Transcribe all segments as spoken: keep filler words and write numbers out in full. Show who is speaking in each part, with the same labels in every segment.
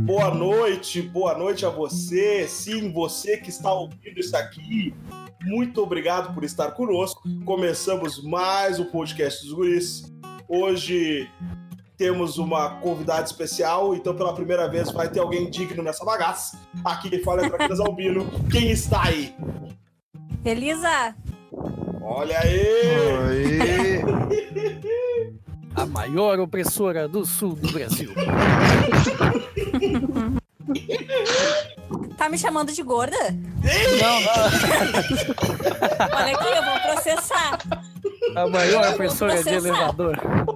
Speaker 1: Boa noite, boa noite a você. Sim, você que está ouvindo isso aqui. Muito obrigado por estar conosco. Começamos mais um podcast dos guris. Hoje temos uma convidada especial, então pela primeira vez vai ter alguém digno nessa bagaça. Aqui quem fala é Traquinas Albino. Quem está aí?
Speaker 2: Elisa!
Speaker 1: Olha aí!
Speaker 3: Oi!
Speaker 4: A maior opressora do sul do Brasil.
Speaker 2: Tá me chamando de gorda?
Speaker 4: Não, não.
Speaker 2: Olha aqui, eu vou processar.
Speaker 4: A maior opressora de elevador.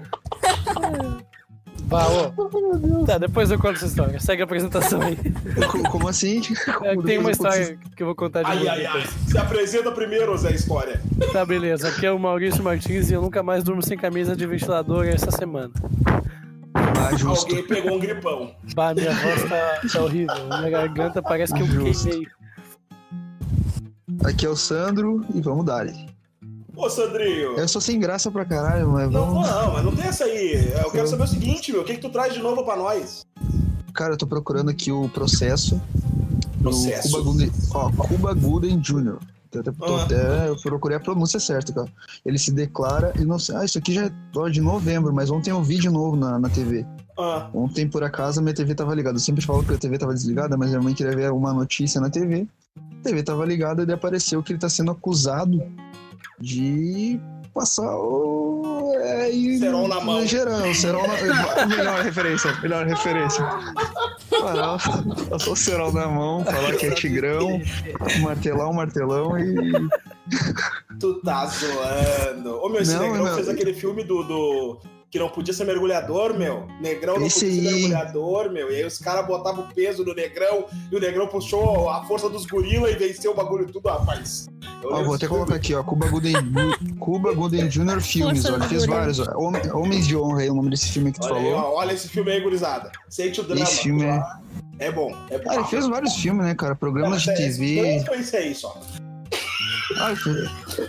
Speaker 4: Bah, ô. Tá, depois eu conto essa história. Segue a apresentação aí.
Speaker 3: Como assim?
Speaker 4: É, tem uma história que eu vou contar de
Speaker 1: Ai,
Speaker 4: novo
Speaker 1: ai,
Speaker 4: depois.
Speaker 1: ai. Se apresenta primeiro, Zé, a história.
Speaker 4: Tá, beleza. Aqui é o Maurício Martins e eu nunca mais durmo sem camisa de ventilador essa semana.
Speaker 3: Ah, justo.
Speaker 1: Alguém pegou um gripão.
Speaker 4: Bah, minha voz tá, tá horrível. Minha garganta parece que eu
Speaker 3: Justo.
Speaker 4: queimei.
Speaker 3: Aqui é o Sandro e vamos dar.
Speaker 1: Ô, Sandrinho.
Speaker 3: Eu sou sem graça pra caralho, mas
Speaker 1: Não,
Speaker 3: vamos...
Speaker 1: não, mas não tem essa aí. Eu quero saber o seguinte, meu. O que, que tu traz de novo pra nós?
Speaker 3: Cara, eu tô procurando aqui o processo.
Speaker 1: Processo?
Speaker 3: Do Cuba Gooding, ó, Cuba Gooding Júnior Tô até, tô
Speaker 1: Ah.
Speaker 3: até- eu procurei a pronúncia certa, cara. Ele se declara inocente. Ah, isso aqui já é ó, de novembro, mas ontem eu vi de novo na, na T V.
Speaker 1: Ah,
Speaker 3: Ontem, por acaso, a minha T V tava ligada. Eu sempre falo que a T V tava desligada, mas minha mãe queria ver uma notícia na T V. A T V tava ligada e daí apareceu que ele tá sendo acusado de passar o... É, e...
Speaker 1: Cerol na mão.
Speaker 3: Geral, cerol na... Melhor referência, melhor referência. Mano, passou o cerol na mão, falar que é tigrão, martelar um martelão e...
Speaker 1: tu tá zoando. Ô, meu, esse
Speaker 3: Não,
Speaker 1: Negrão
Speaker 3: não.
Speaker 1: fez aquele filme do... do... que não podia ser mergulhador, meu. Negrão não
Speaker 3: Esse
Speaker 1: podia ser
Speaker 3: aí.
Speaker 1: mergulhador, meu. E aí os caras botavam o peso no Negrão e o Negrão puxou a força dos gorila e venceu o bagulho tudo, rapaz. Eu
Speaker 3: Ó,
Speaker 1: lembro
Speaker 3: vou até
Speaker 1: desse
Speaker 3: colocar aqui, ó, Cuba Gooding, Cuba Gooding Júnior Filmes,
Speaker 2: Força
Speaker 3: ó, ele
Speaker 2: do
Speaker 3: fez
Speaker 2: gorila.
Speaker 3: vários, ó. Hom- Homens de Honra é o nome desse filme que tu
Speaker 1: filme. Olha, aí,
Speaker 3: falou.
Speaker 1: ó, olha esse filme aí, gurizada. Sente o drama.
Speaker 3: Esse filme é...
Speaker 1: É bom, é bom.
Speaker 3: Ah, ele fez vários filmes, né, cara, programas de
Speaker 1: Cara,
Speaker 3: T
Speaker 1: esse-
Speaker 3: V.
Speaker 1: Não foi isso aí só.
Speaker 3: Ah, ele fez-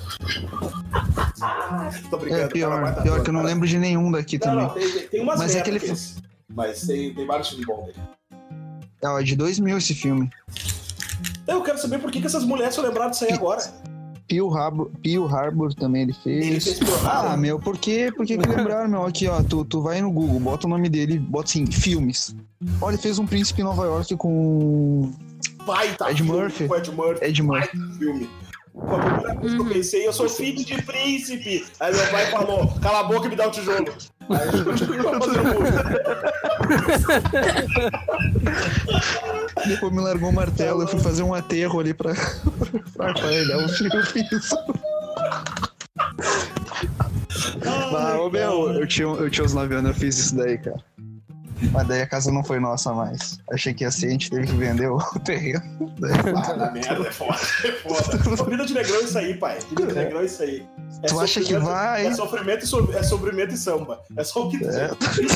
Speaker 1: Tô brincando.
Speaker 3: é, pior,
Speaker 1: cara,
Speaker 3: pior que eu não lembro de nenhum daqui
Speaker 1: Não,
Speaker 3: também.
Speaker 1: não, tem, tem umas
Speaker 3: Mas é
Speaker 1: merda
Speaker 3: que ele
Speaker 1: que esse. Mas tem, tem vários filmes bons dele.
Speaker 3: É, ó, de dois mil esse filme.
Speaker 1: Eu quero saber por que, que essas mulheres são lembradas disso aí agora.
Speaker 3: Pearl Harbor, Pearl Harbor também ele fez.
Speaker 1: Ele fez Pearl Harbor?
Speaker 3: Ah, meu, por que, por que que lembraram, meu? Aqui, ó, tu, tu vai no Google, bota o nome dele, bota assim, filmes. Olha, ele fez um Príncipe em Nova York com
Speaker 1: Baita
Speaker 3: Ed
Speaker 1: filme,
Speaker 3: Murphy.
Speaker 1: com Ed Murphy.
Speaker 3: Ed Murphy.
Speaker 1: Baita filme. Foi a primeira coisa que eu pensei, eu sou filho de príncipe. Aí meu pai falou, cala a boca e me dá um tijolo. Aí a gente continuou fazendo música.
Speaker 3: Depois me largou o martelo, eu fui fazer um aterro ali pra, pra aparelhar o fio fiz. Ah, ô, meu, eu tinha, eu tinha uns nove anos, eu fiz isso daí, cara. Mas daí a casa não foi nossa mais. Achei que ia ser, a gente teve que vender o terreno.
Speaker 1: Ah, da merda, é foda, é foda. Só vida de negrão é isso aí, pai. Vida de negrão é isso aí. É
Speaker 3: Tu acha que
Speaker 1: sofrimento-
Speaker 3: vai?
Speaker 1: É sofrimento e, so, é sofrimento e samba. É só o que
Speaker 3: É,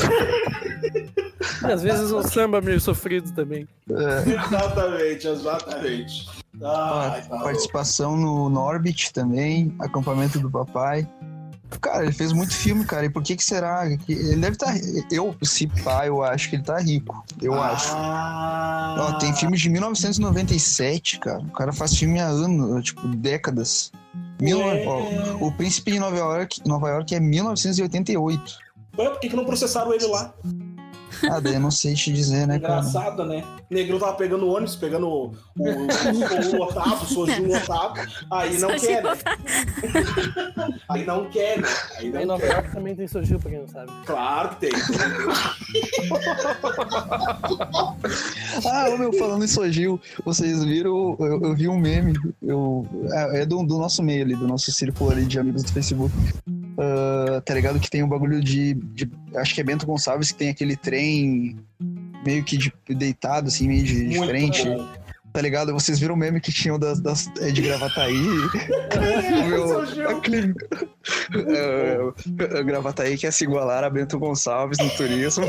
Speaker 4: Às vezes um samba meio sofrido também.
Speaker 3: é.
Speaker 1: Exatamente, exatamente. Ai, tá louco.
Speaker 3: Participação no Norbit também, acampamento do papai. Cara, ele fez muito filme, cara. E por que que será? Que ele deve estar... Eu, se pá, eu acho que ele tá rico. Eu acho.
Speaker 1: Ah.
Speaker 3: Ó, tem filme de mil novecentos e noventa e sete, cara. O cara faz filme há anos, tipo, décadas. Mil...
Speaker 1: Ué.
Speaker 3: Ó, o Príncipe de Nova York, Nova York é mil novecentos e oitenta e oito.
Speaker 1: Ué, por que, que não processaram ele lá?
Speaker 3: Ah, daí eu não sei te dizer, né, cara?
Speaker 1: Engraçado, né? O Negrão tava pegando o ônibus, pegando o, o, o, o lotado, o sojinho lotado. Aí não
Speaker 2: Sojinho
Speaker 1: quer, né? Aí não quer, né? Aí
Speaker 4: Em
Speaker 1: não
Speaker 4: Nova
Speaker 1: quer.
Speaker 4: York também tem Soju, pra quem não sabe.
Speaker 1: Claro que tem.
Speaker 3: Ah, ô, meu, falando em Sojil, vocês viram, eu, eu vi um meme, eu, é é do, do nosso meio ali, do nosso círculo ali de amigos do Facebook. Ah, tá ligado que tem um bagulho de, de- acho que é Bento Gonçalves, que tem aquele trem meio que de- deitado, assim, meio de, de
Speaker 1: Muito
Speaker 3: frente.
Speaker 1: bom.
Speaker 3: Tá ligado? Vocês viram o meme que tinham das, das, é, de Gravataí? O meu,
Speaker 1: Sojil.
Speaker 3: aquele, é, Gravataí quer se igualar a Bento Gonçalves no turismo.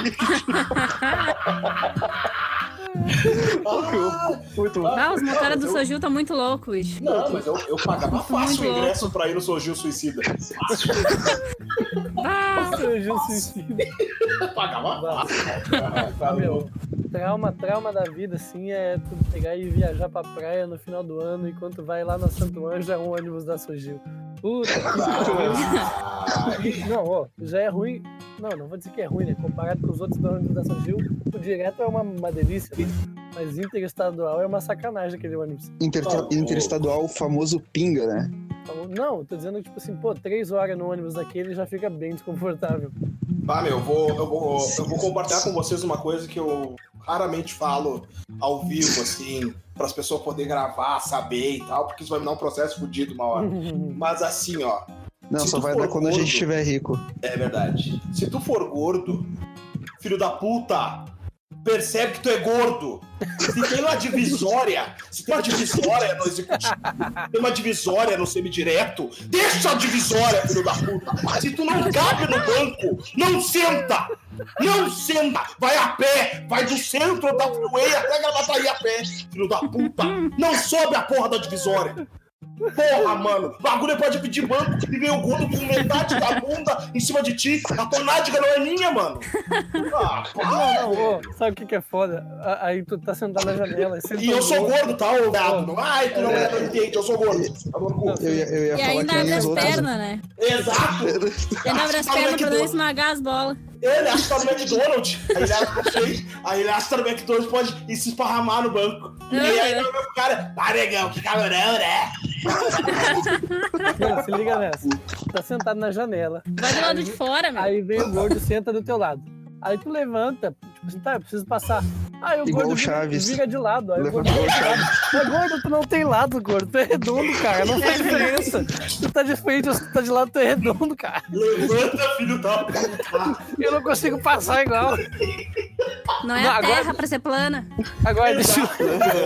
Speaker 1: Ah,
Speaker 3: Muito bom.
Speaker 2: Ah, os motoras do
Speaker 1: eu-
Speaker 2: Soju estão muito loucos.
Speaker 1: Não, mas eu, eu pagava fácil o
Speaker 2: Muito
Speaker 1: ingresso pra ir no Sojil Suicida. Fácil.
Speaker 2: Ah,
Speaker 4: Soju suicida.
Speaker 1: Eu pagava fácil.
Speaker 4: Ah, meu. trauma, trauma da vida, assim, é tu pegar e viajar pra praia no final do ano, enquanto vai lá na Santo Anjo, é um ônibus da Sogil. Puta que pariu. Não, ó, já é ruim. Não, não vou dizer que é ruim, né? Comparado com os outros do ônibus da Sogil, o direto é uma, uma delícia, né? Mas interestadual é uma sacanagem aquele ônibus.
Speaker 3: Inter- interestadual, o famoso pinga, né?
Speaker 4: Não, tô dizendo que, tipo assim, pô, três horas no ônibus daquele já fica bem desconfortável.
Speaker 1: Ah, meu, eu vou, eu, vou, eu vou compartilhar com vocês uma coisa que eu raramente falo ao vivo, assim, para as pessoas poderem gravar, saber e tal, porque isso vai me dar um processo fodido uma hora. Mas assim, ó.
Speaker 3: Não, só vai dar quando gordo, a gente estiver rico.
Speaker 1: É verdade. Se tu for gordo, filho da puta, percebe que tu é gordo. Se tem uma divisória, se tem uma divisória no executivo, tem uma divisória no semidireto, deixa a divisória, filho da puta. Se tu não cabe no banco, não senta! Não senta! Vai a pé! Vai do centro da freeway até Gravataí a pé, filho da puta! Não sobe a porra da divisória! Porra, mano, o bagulho pode pedir banco e vem o gordo com metade da bunda em cima de ti. A tua nádega não é minha, mano. Ah,
Speaker 4: não, não, ô, sabe o que que é foda? Aí tu tá sentado na janela.
Speaker 1: E eu sou gordo, tá, ô gado? Ai, tu não é, não entende, eu sou gordo.
Speaker 3: Eu ia, eu ia
Speaker 2: e
Speaker 3: falar
Speaker 2: ainda
Speaker 3: que
Speaker 2: abre as
Speaker 3: outros...
Speaker 2: pernas, né?
Speaker 1: Exato.
Speaker 2: E ainda abre as pernas pra não esmagar as bolas.
Speaker 1: Ele acha que tá no McDonald's, aí ele acha que fez, aí ele acha que tá no McDonald's, pode ir se esparramar no banco. Uhum. E aí ele olha pro cara, ah, negão, que camarão, né?
Speaker 4: Não, se liga nessa. Tá sentado na janela.
Speaker 2: Vai do lado
Speaker 4: aí,
Speaker 2: de fora, meu.
Speaker 4: Aí vem o gordo e senta do teu lado. Aí tu levanta, tipo assim, tá, eu preciso passar. Aí o
Speaker 3: igual
Speaker 4: gordo
Speaker 3: vira,
Speaker 4: vira de lado. Aí o gordo vira de lado. Mas gordo, tu não tem lado, gordo. Tu é redondo, cara. Não faz diferença. Tu tá de frente, tu tá de lado, tu é redondo, cara.
Speaker 1: Levanta, filho da puta.
Speaker 4: Eu não consigo passar igual.
Speaker 2: Não é não, a agora... terra pra ser plana.
Speaker 4: Agora deixa eu...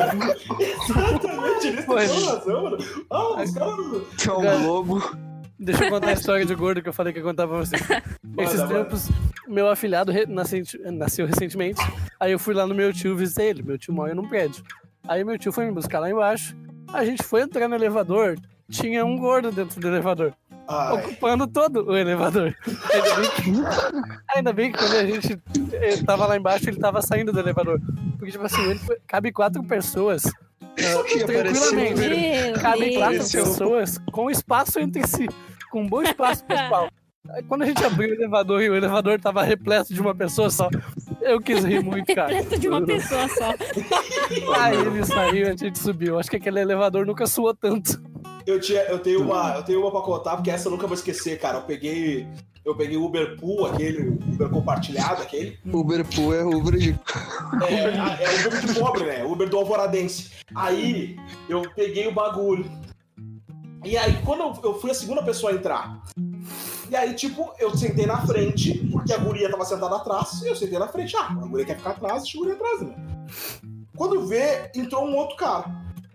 Speaker 1: Exatamente, eles têm razão, mano. Ah, os caras...
Speaker 3: É um globo.
Speaker 4: Deixa eu contar a história de gordo que eu falei que ia contar pra você. Esses Manda, tempos, mano. Meu afilhado re... nasceu, nasceu recentemente. Aí eu fui lá no meu tio visitar ele. Meu tio mora num prédio. Aí meu tio foi me buscar lá embaixo. A gente foi entrar no elevador. Tinha um gordo dentro do elevador. Ai. Ocupando todo o elevador. Ainda bem, que, ainda bem que quando a gente tava lá embaixo, ele tava saindo do elevador. Porque, tipo assim, ele foi, cabe quatro pessoas. Uh, tranquilamente.
Speaker 2: Meu
Speaker 4: cabe
Speaker 2: Deus.
Speaker 4: quatro pessoas com espaço entre si. Com um bom espaço pessoal. Quando a gente abriu o elevador e o elevador tava repleto de uma pessoa só, eu quis rir muito, cara.
Speaker 2: Repleto de uma pessoa só.
Speaker 4: Aí ele saiu e a gente subiu. Acho que aquele elevador nunca suou tanto.
Speaker 1: Eu, tinha, eu, tenho uma, eu tenho uma pra contar, porque essa eu nunca vou esquecer, cara. Eu peguei eu peguei o Uber Pool, aquele Uber compartilhado, aquele.
Speaker 3: Uber Pool é Uber de...
Speaker 1: É, é o Uber de pobre, né? Uber do Alvoradense. Aí eu peguei o bagulho. E aí, quando eu fui a segunda pessoa a entrar, e aí, tipo, eu sentei na frente, porque a guria tava sentada atrás, e eu sentei na frente. Ah, a guria quer ficar atrás, deixa a guria atrás, né? Quando vê, entrou um outro cara.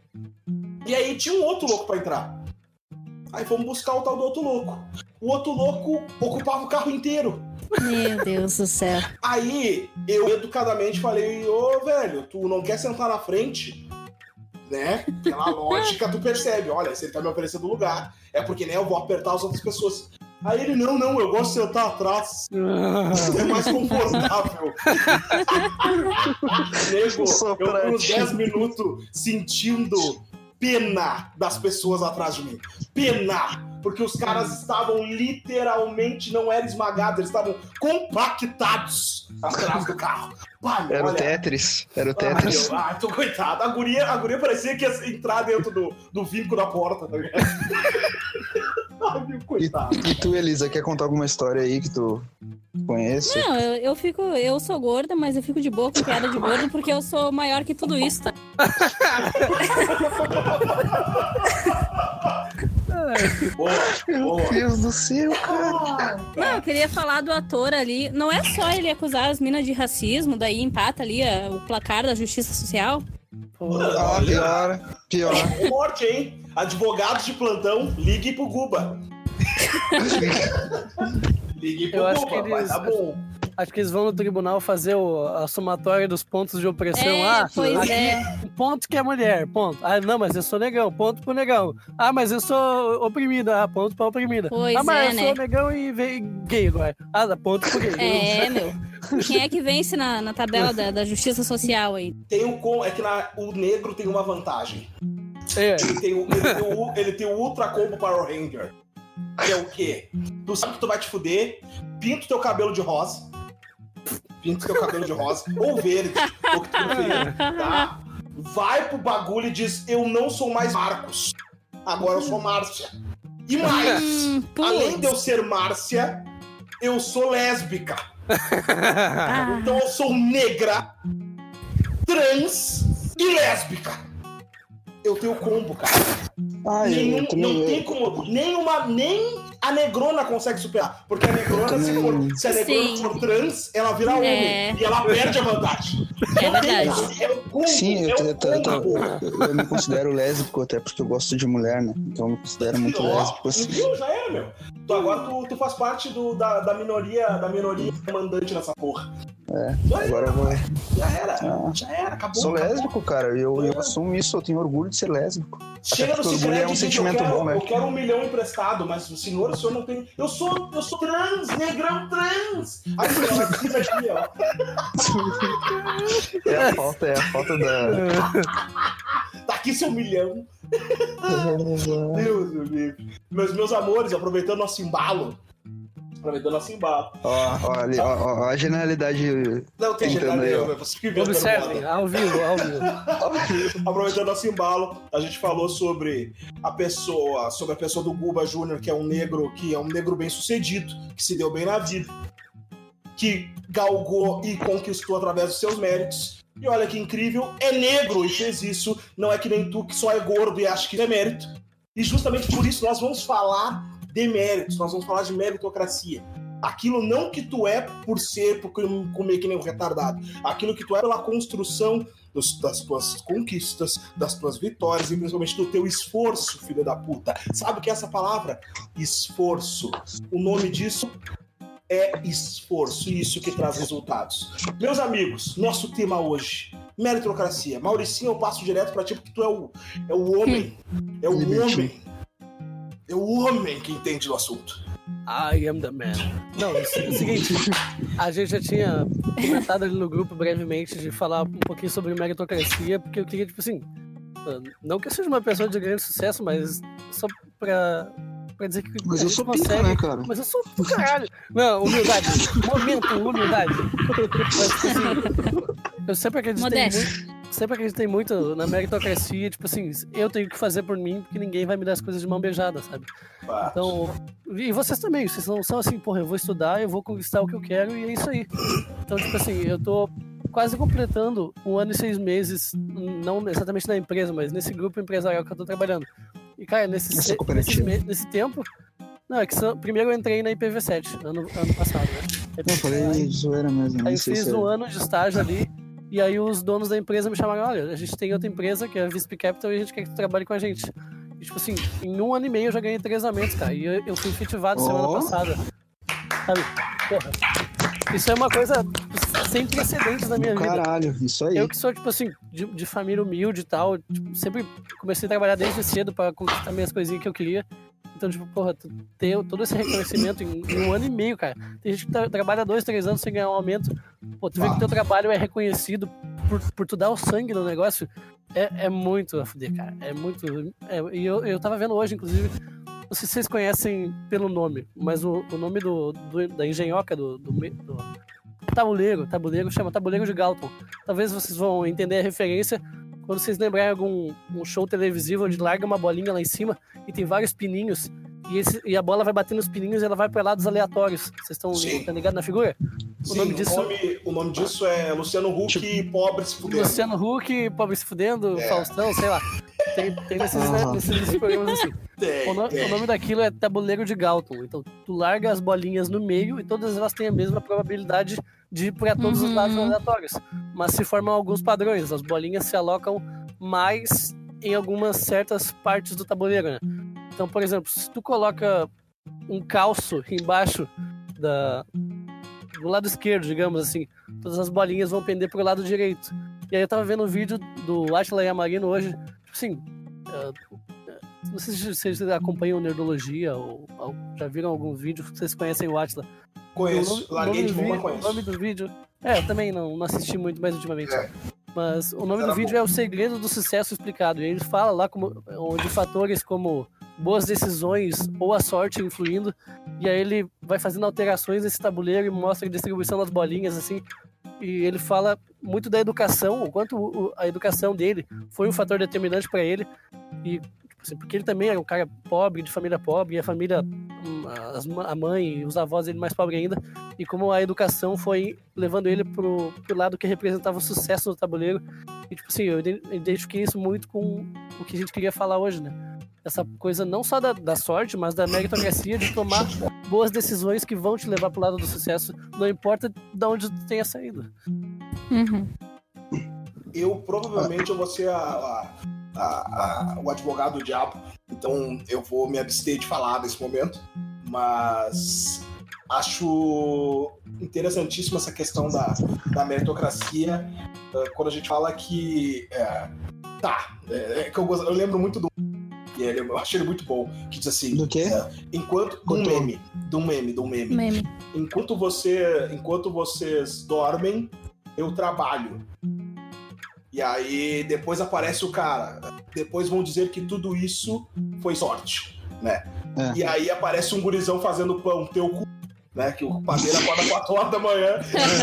Speaker 1: E aí tinha um outro louco pra entrar. Aí fomos buscar o tal do outro louco. O outro louco ocupava o carro inteiro.
Speaker 2: Meu Deus do céu.
Speaker 1: Aí, eu educadamente falei, ô, velho, tu não quer sentar na frente? Né? Pela lógica, tu percebe. Olha, se ele tá me oferecendo lugar, é porque, né, eu vou apertar as outras pessoas. Aí ele, não, não, eu gosto de sentar atrás. É mais confortável. Nego, eu por uns dez minutos sentindo pena das pessoas atrás de mim. Pena! Porque os caras estavam literalmente, não eram esmagados, eles estavam compactados atrás do carro. Pai,
Speaker 3: era
Speaker 1: olha,
Speaker 3: o Tetris. Era o Tetris.
Speaker 1: Ai, ai, tô coitado. A guria, a guria parecia que ia entrar dentro do, do vinco da porta, tá ligado? Ai, meu coitado.
Speaker 3: E, e tu, Elisa, quer contar alguma história aí que tu conhece?
Speaker 2: Não, eu, eu fico. Eu sou gorda, mas eu fico de boa com piada de gordo porque eu sou maior que tudo isso, tá?
Speaker 1: Boa,
Speaker 3: Meu
Speaker 1: boa.
Speaker 3: Deus do céu, cara.
Speaker 2: Não, eu queria falar do ator ali. Não é só ele acusar as minas de racismo, daí empata ali a, o placar da justiça social.
Speaker 3: Ah, pior, pior.
Speaker 1: É morte, hein? Advogados de plantão, ligue pro Guba. Ligue pro
Speaker 4: Eu acho
Speaker 1: Guba,
Speaker 4: que eles-
Speaker 1: vai dar bom.
Speaker 4: Acho que eles vão no tribunal fazer o, a somatória dos pontos de opressão.
Speaker 2: É,
Speaker 4: ah,
Speaker 2: pois
Speaker 4: aqui,
Speaker 2: é.
Speaker 4: ponto que é mulher, ponto. Ah, não, mas eu sou negão, ponto pro negão. Ah, mas eu sou oprimida, ah, ponto pra oprimida.
Speaker 2: Pois
Speaker 4: ah, mas
Speaker 2: é,
Speaker 4: eu
Speaker 2: né?
Speaker 4: sou negão e veio gay agora. Ah, dá ponto pro gay.
Speaker 2: É, meu. Quem é que vence na, na tabela da, da justiça social aí?
Speaker 1: Tem o, é que na, o negro tem uma vantagem.
Speaker 4: É.
Speaker 1: Ele tem o, ele tem o, ele tem o Ultra Combo Power Ranger. Que é o quê? Tu sabe que tu vai te fuder, pinta o teu cabelo de rosa. Pinta o teu cabelo de rosa. Ou verde, ou que tu preferir, tá? Vai pro bagulho e diz, eu não sou mais Marcos. Agora eu sou Márcia. E mais,
Speaker 2: Hum,
Speaker 1: além de eu ser Márcia, eu sou lésbica.
Speaker 2: Ah.
Speaker 1: Então eu sou negra, trans e lésbica. Eu tenho combo, cara.
Speaker 3: Ah,
Speaker 1: Nenhum,
Speaker 3: eu também.
Speaker 1: não tem como. Nem, uma, nem a negrona consegue superar. Porque a negrona, se, for, se a negrona
Speaker 2: Sim.
Speaker 1: for trans, ela vira homem.
Speaker 2: É.
Speaker 1: E ela perde a vantagem.
Speaker 2: É
Speaker 1: Não tem,
Speaker 2: verdade.
Speaker 1: cara. É o combo.
Speaker 3: Sim, eu,
Speaker 1: é o
Speaker 3: eu, eu,
Speaker 1: combo.
Speaker 3: eu, eu me considero lésbico até porque eu gosto de mulher, né? Então eu me considero muito
Speaker 1: Ó,
Speaker 3: lésbico assim.
Speaker 1: viu? Já era, meu. Tu, agora tu, tu faz parte do, da, da minoria da minoria mandante nessa porra.
Speaker 3: É,
Speaker 1: Já
Speaker 3: agora
Speaker 1: era,
Speaker 3: eu vou.
Speaker 1: já era.
Speaker 3: Ah.
Speaker 1: Já era, acabou.
Speaker 3: Sou
Speaker 1: acabou.
Speaker 3: lésbico, cara. Eu, eu assumo isso, eu tenho orgulho de ser lésbico.
Speaker 1: Chega no
Speaker 3: porque orgulho
Speaker 1: Cicred
Speaker 3: é um
Speaker 1: e diz, eu
Speaker 3: sentimento
Speaker 1: quero,
Speaker 3: bom, né?
Speaker 1: eu quero um milhão emprestado, mas o senhor, o senhor não tem... Eu sou, eu sou trans, negrão trans! Aí o senhor assina aqui, ó.
Speaker 3: É a falta, é a falta da.
Speaker 1: Tá aqui seu milhão. Deus, meu livre. Meus, meus amores, aproveitando nosso embalo. Aproveitando nosso embalo.
Speaker 3: Ó, ó, ali, ó, ó, a generalidade.
Speaker 1: Não tem
Speaker 3: Tentando
Speaker 1: jeito,
Speaker 3: aí, ó.
Speaker 1: eu você que inventando
Speaker 4: Observem,
Speaker 1: moda.
Speaker 4: ao vivo, ao vivo.
Speaker 1: Aproveitando nosso embalo, a gente falou sobre a pessoa, sobre a pessoa do Guba Júnior, que é um negro, que é um negro bem sucedido, que se deu bem na vida, que galgou e conquistou através dos seus méritos. E olha que incrível, é negro e fez isso. Não é que nem tu que só é gordo e acha que é mérito. E justamente por isso nós vamos falar de méritos, nós vamos falar de meritocracia. Aquilo não que tu é por ser, por comer que nem um retardado. Aquilo que tu é pela construção dos, das tuas conquistas, das tuas vitórias e principalmente do teu esforço, filho da puta. Sabe o que é essa palavra? Esforço. O nome disso é esforço, e isso que traz resultados. Meus amigos, nosso tema hoje, meritocracia. Mauricinho, eu passo direto pra ti, porque tu é o, é o homem, é o homem, é o homem que entende do assunto.
Speaker 4: I am the man. Não, é o seguinte, a gente já tinha comentado ali no grupo brevemente de falar um pouquinho sobre meritocracia, porque eu queria, tipo assim, não que eu seja uma pessoa de grande sucesso, mas só pra... pra dizer que
Speaker 3: Mas
Speaker 4: a
Speaker 3: eu
Speaker 4: gente
Speaker 3: sou
Speaker 4: consegue,
Speaker 3: pica, né, cara?
Speaker 4: Mas eu sou do caralho. Não, humildade. Momento, humildade. Mas, assim, eu sempre acreditei
Speaker 2: Modéstia.
Speaker 4: muito, sempre acreditei muito na meritocracia, tipo assim, eu tenho que fazer por mim, porque ninguém vai me dar as coisas de mão beijada, sabe? Então, e vocês também, vocês não são assim, porra, eu vou estudar, eu vou conquistar o que eu quero e é isso aí. Então, tipo assim, eu tô quase completando um ano e seis meses, não exatamente na empresa, mas nesse grupo empresarial que eu tô trabalhando. E, cara, nesse,
Speaker 3: Essa
Speaker 4: se,
Speaker 3: cooperativa.
Speaker 4: nesse, me- nesse tempo... Não, é que só- primeiro eu entrei na I P v sete, ano, ano passado, né?
Speaker 3: Eu falei de zoeira mesmo.
Speaker 4: Aí
Speaker 3: Não
Speaker 4: eu
Speaker 3: sei
Speaker 4: fiz
Speaker 3: se é-
Speaker 4: um ano de estágio ali, e aí os donos da empresa me chamaram, olha, a gente tem outra empresa, que é a V I S P Capital, e a gente quer que tu trabalhe com a gente. E, tipo assim, em um ano e meio eu já ganhei três aumentos, cara, e eu, eu fui efetivado
Speaker 3: Oh.
Speaker 4: semana passada. Sabe? Porra. Isso é uma coisa tipo, sem precedentes na minha vida.
Speaker 3: Caralho, isso aí.
Speaker 4: Eu que sou, tipo assim, de, de família humilde e tal, tipo, sempre comecei a trabalhar desde cedo pra conquistar minhas coisinhas que eu queria. Então, tipo, porra, tu ter todo esse reconhecimento em, em um ano e meio, cara. Tem gente que tra- trabalha dois, três anos sem ganhar um aumento. Pô, tu vê que teu trabalho é reconhecido por, por tu dar o sangue no negócio. É, é muito a fuder, cara. É muito... é- e eu, eu tava vendo hoje, inclusive, não sei se vocês conhecem pelo nome, mas o, o nome do, do- da engenhoca do, do, me- do tabuleiro, tabuleiro chama Tabuleiro de Galton. Talvez vocês vão entender a referência quando vocês lembrarem algum um show televisivo onde larga uma bolinha lá em cima e tem vários pininhos e, esse, e a bola vai bater nos pininhos e ela vai para lados aleatórios. Vocês estão
Speaker 1: Sim.
Speaker 4: tá ligados na figura? O
Speaker 1: Sim,
Speaker 4: nome disso-
Speaker 1: o, nome, o nome disso é Luciano Huck e Pobre se fudendo.
Speaker 4: Luciano Huck, Pobre se Fudendo,
Speaker 1: É.
Speaker 4: Faustão, sei lá. Tem, tem nesses,
Speaker 3: Aham.
Speaker 4: nesses, nesses programas assim.
Speaker 1: Tem,
Speaker 4: O, no-
Speaker 1: tem.
Speaker 4: o nome daquilo é Tabuleiro de Galton. Então, tu larga as bolinhas no meio e todas elas têm a mesma probabilidade de ir para todos os
Speaker 2: Uhum.
Speaker 4: lados aleatórios. Mas se formam alguns padrões. As bolinhas se alocam mais em algumas certas partes do tabuleiro, né? Então, por exemplo, se tu coloca um calço embaixo da, do lado esquerdo, digamos assim, todas as bolinhas vão pender pro lado direito. E aí eu tava vendo um vídeo do Átila Yamarino hoje, tipo assim, eh, não sei se vocês acompanham Nerdologia ou, ou já viram algum vídeo, vocês conhecem o Átila.
Speaker 1: Conheço. Larguei de mão, mas
Speaker 4: O
Speaker 1: conheço.
Speaker 4: nome do vídeo... É, eu também não, não assisti muito mais ultimamente.
Speaker 1: É.
Speaker 4: Mas o nome
Speaker 1: Era
Speaker 4: do vídeo
Speaker 1: bom.
Speaker 4: é O Segredo do Sucesso Explicado. E ele fala lá como, onde fatores como boas decisões ou a sorte influindo. E aí ele vai fazendo alterações nesse tabuleiro e mostra a distribuição das bolinhas, assim. E ele fala muito da educação, o quanto o- a educação dele foi um fator determinante para ele. E, tipo assim, porque ele também era um cara pobre, de família pobre, e a família, hum, as ma- a mãe e os avós dele mais pobres ainda. E como a educação foi levando ele pro, pro lado que representava o sucesso no tabuleiro. E, tipo assim, eu ide- identifiquei isso muito com o que a gente queria falar hoje, né? Essa coisa não só da, da sorte, mas da meritocracia de tomar boas decisões que vão te levar pro lado do sucesso, não importa de onde tu tenha saído.
Speaker 2: Uhum.
Speaker 1: Eu provavelmente eu vou ser a, a- a- a- o advogado do diabo, então eu vou me abster de falar nesse momento, mas acho interessantíssima essa questão da, da meritocracia, eh, quando a gente fala que é, tá, é, é que eu, gosto- eu lembro muito do e ele, eu achei ele muito bom, que diz assim,
Speaker 3: Do quê?
Speaker 1: é, enquanto de um
Speaker 3: Contou.
Speaker 1: meme, de um meme, de um meme,
Speaker 2: Meme.
Speaker 1: enquanto você, enquanto vocês dormem, eu trabalho. E aí depois aparece o cara. Depois vão dizer que tudo isso foi sorte, né?
Speaker 3: É.
Speaker 1: E aí aparece um gurizão fazendo pão, teu cu, né? Que o padeiro acorda quatro horas da manhã.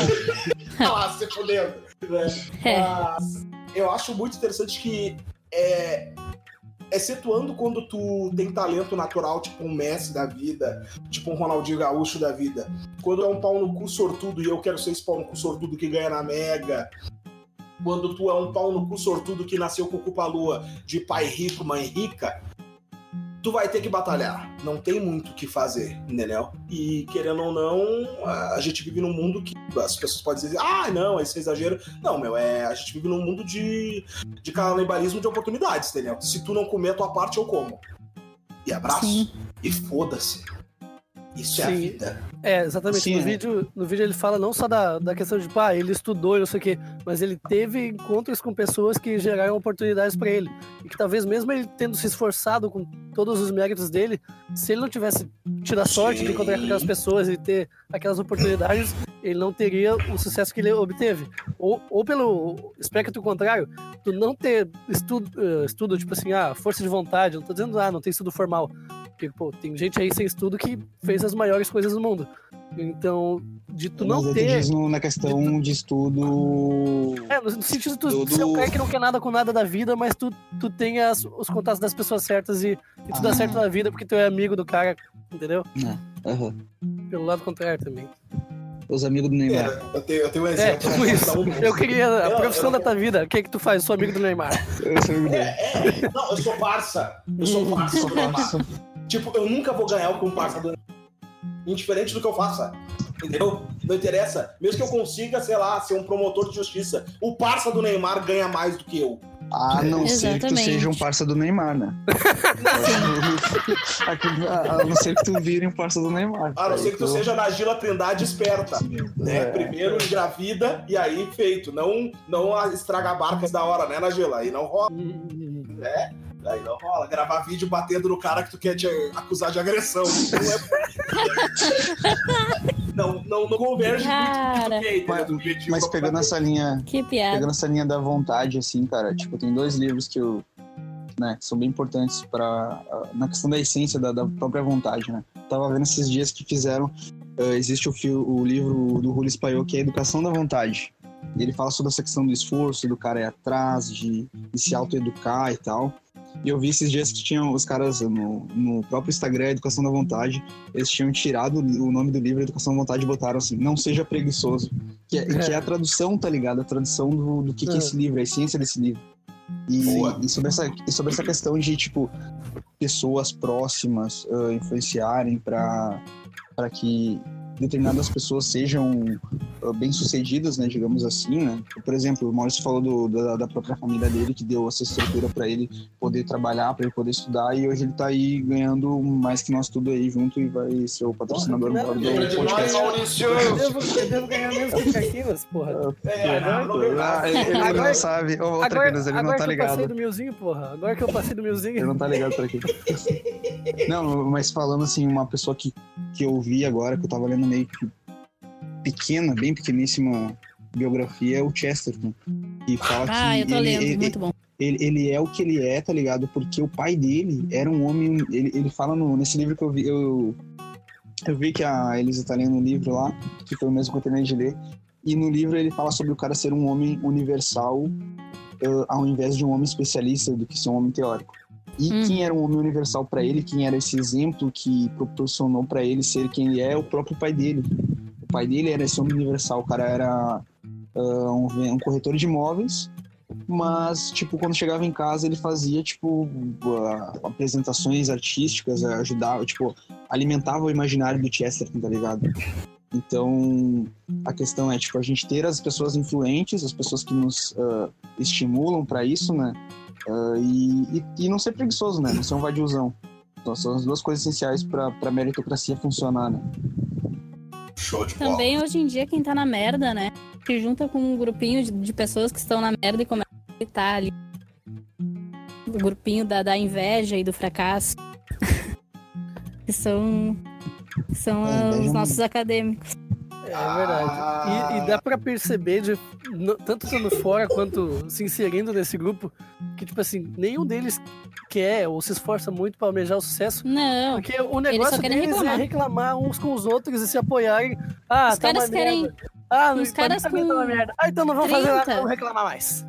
Speaker 1: Tá lá, se fudendo. Né?
Speaker 2: É.
Speaker 1: Mas eu acho muito interessante que é, excetuando quando tu tem talento natural, tipo um Messi da vida, tipo um Ronaldinho Gaúcho da vida, quando é um pau no cu sortudo e eu quero ser esse pau no cu sortudo que ganha na Mega, quando tu é um pau no cu sortudo que nasceu com o cu pra lua de pai rico, mãe rica, tu vai ter que batalhar. Não tem muito o que fazer, entendeu? E querendo ou não, a gente vive num mundo que as pessoas podem dizer, ah, não, esse é exagero. Não, meu, é, a gente vive num mundo de, de canibalismo de oportunidades, entendeu? Se tu não comer a tua parte, eu como. E abraço.
Speaker 2: Sim.
Speaker 1: E foda-se. Isso é a
Speaker 4: Sim.
Speaker 1: vida.
Speaker 4: É, exatamente.
Speaker 3: Sim,
Speaker 4: no,
Speaker 3: é.
Speaker 4: vídeo, no vídeo ele fala não só da, da questão de, pá, ele estudou e não sei o quê, mas ele teve encontros com pessoas que geraram oportunidades pra ele. E que talvez mesmo ele tendo se esforçado com todos os méritos dele, se ele não tivesse tido a sorte de encontrar com aquelas pessoas e ter aquelas oportunidades, ele não teria o sucesso que ele obteve. Ou, ou pelo espectro contrário, tu não ter estudo, eh, estudo, tipo assim, ah, força de vontade, não tô dizendo, ah, não tem estudo formal. Porque, pô, tem gente aí sem estudo que fez as maiores coisas do mundo. Então, de tu não
Speaker 3: Mas aí tu
Speaker 4: ter...
Speaker 3: diz no- na questão de estudo.
Speaker 4: É, no, no sentido de tu
Speaker 3: do-
Speaker 4: ser um
Speaker 3: do-
Speaker 4: cara que não quer nada com nada da vida, mas tu, tu tem as- os contatos das pessoas certas e, e tu dá
Speaker 3: Ah.
Speaker 4: certo na vida porque tu é amigo do cara, entendeu?
Speaker 3: Aham.
Speaker 4: Pelo lado contrário também.
Speaker 3: Os amigos do Neymar.
Speaker 1: É, eu, tenho, eu tenho um
Speaker 4: É,
Speaker 1: exemplo.
Speaker 4: tipo
Speaker 1: né?
Speaker 4: isso.
Speaker 1: Cada um-
Speaker 4: Eu queria a
Speaker 1: Eu-
Speaker 4: profissão
Speaker 1: eu-
Speaker 4: da tua vida. O que é que tu faz? Eu sou amigo do Neymar.
Speaker 3: Eu sou amigo dele.
Speaker 1: É, é, não, eu sou parça. Eu sou parça.
Speaker 3: Sou
Speaker 1: do Neymar.
Speaker 3: parça.
Speaker 1: Tipo, eu nunca vou ganhar o que um parça do Neymar. Indiferente do que eu faça. Entendeu? Não interessa. Mesmo que eu consiga, sei lá, ser um promotor de justiça, o parça do Neymar ganha mais do que eu.
Speaker 3: A não ser que tu
Speaker 2: Exatamente.
Speaker 3: seja um parça do Neymar, né? a, a não ser que tu vire um parça do Neymar.
Speaker 1: A não ser que tu
Speaker 3: Aí
Speaker 1: seja na Gila Trindade esperta. Né?
Speaker 3: É.
Speaker 1: Primeiro engravida e aí feito. Não, não a- estraga barcas da hora, né, na Gila? Aí não rola. Né? Aí não rola. Gravar vídeo batendo no cara que tu quer te acusar de agressão. Não é. Não, não, não converge muito com o que
Speaker 2: Cara.
Speaker 1: tu quer, entendeu?
Speaker 3: Mas-
Speaker 1: Do objetivo
Speaker 3: Mas
Speaker 1: pra
Speaker 3: pegando
Speaker 1: bater.
Speaker 3: essa linha,
Speaker 2: Que piada.
Speaker 3: pegando essa linha da vontade, assim, cara, tipo, tem dois livros que eu, né, que são bem importantes para na questão da essência da, da própria vontade, né? Tava vendo esses dias que fizeram, uh, existe o, fio, o livro do Julio Spaiol, que é a Educação da Vontade. E ele fala sobre essa questão do esforço, do cara ir atrás, de, de se autoeducar e tal. E eu vi esses dias que tinham os caras no, no próprio Instagram, Educação da Vontade, eles tinham tirado o nome do livro Educação da Vontade e botaram assim, não seja preguiçoso. Que é, que é a tradução, tá ligado? A tradução do, do que, que é esse livro, a essência desse livro. E,
Speaker 1: Boa.
Speaker 3: e, sobre, essa, e sobre essa questão de, tipo, pessoas próximas uh, influenciarem para para que determinadas pessoas sejam uh, bem-sucedidas, né, digamos assim, né? Por exemplo, o Maurício falou do, da, da própria família dele, que deu essa estrutura para ele poder trabalhar, para ele poder estudar, e hoje ele tá aí ganhando mais que nós tudo aí junto e vai ser o patrocinador
Speaker 4: Porra,
Speaker 3: maior do
Speaker 1: Lembra de nós,
Speaker 3: podcast.
Speaker 1: Maurício!
Speaker 4: Eu devo, eu devo ganhar menos que o Traquinas, porra.
Speaker 1: É, não, não veio
Speaker 3: Ah,
Speaker 1: nada.
Speaker 3: ele, ele
Speaker 4: Agora-
Speaker 3: não sabe. Ô, outra
Speaker 4: Agora,
Speaker 3: coisa, ele
Speaker 4: agora
Speaker 3: não tá
Speaker 4: que eu passei
Speaker 3: ligado.
Speaker 4: do milzinho, porra. Agora que eu passei do milzinho.
Speaker 3: Ele não tá ligado por aqui. Não, mas falando assim, uma pessoa que, que eu vi agora, que eu tava lendo meio que pequena, bem pequeníssima biografia é o Chesterton, que fala
Speaker 2: ah,
Speaker 3: que
Speaker 2: eu tô
Speaker 3: ele,
Speaker 2: lendo,
Speaker 3: ele,
Speaker 2: muito bom.
Speaker 3: Ele, ele é o que ele é, tá ligado? Porque o pai dele era um homem... Ele, ele fala no, nesse livro que eu vi... Eu, eu vi que a Elisa tá lendo um livro lá, que foi o mesmo que eu terminei de ler, e no livro ele fala sobre o cara ser um homem universal, uh, ao invés de um homem especialista do que ser um homem teórico. E hum. quem era um homem universal para ele, quem era esse exemplo que proporcionou para ele ser quem ele é, é o próprio pai dele. O pai dele era esse homem universal, o cara era uh, um, um corretor de imóveis, mas, tipo, quando chegava em casa ele fazia, tipo, uh, apresentações artísticas, ajudava, tipo, alimentava o imaginário do Chesterton, tá ligado? Então, a questão é, tipo, a gente ter as pessoas influentes, as pessoas que nos uh, estimulam para isso, né? Uh, e, e, e não ser preguiçoso, né? Não ser um vadiozão. Então, são as duas coisas essenciais para a meritocracia funcionar, né?
Speaker 1: Show de bola.
Speaker 2: Também, hoje em dia, quem tá na merda, né? Se junta com um grupinho de, de pessoas que estão na merda e começa a gritar ali. O grupinho da, da inveja e do fracasso. que são, que são
Speaker 3: É,
Speaker 2: os
Speaker 3: inveja
Speaker 2: nossos acadêmicos.
Speaker 4: É verdade. E, e dá pra perceber, de, no, tanto estando fora quanto se inserindo nesse grupo, que, tipo assim, nenhum deles quer ou se esforça muito pra almejar o sucesso.
Speaker 2: Não.
Speaker 4: Porque o negócio deles
Speaker 2: reclamar.
Speaker 4: é reclamar uns com os outros e se apoiarem. Ah,
Speaker 2: os
Speaker 4: tá
Speaker 2: caras
Speaker 4: uma
Speaker 2: querem.
Speaker 4: merda. Ah,
Speaker 2: os caras
Speaker 4: tá
Speaker 2: com
Speaker 4: uma merda. Ah, então não vamos
Speaker 2: trinta
Speaker 4: fazer nada, vamos reclamar mais.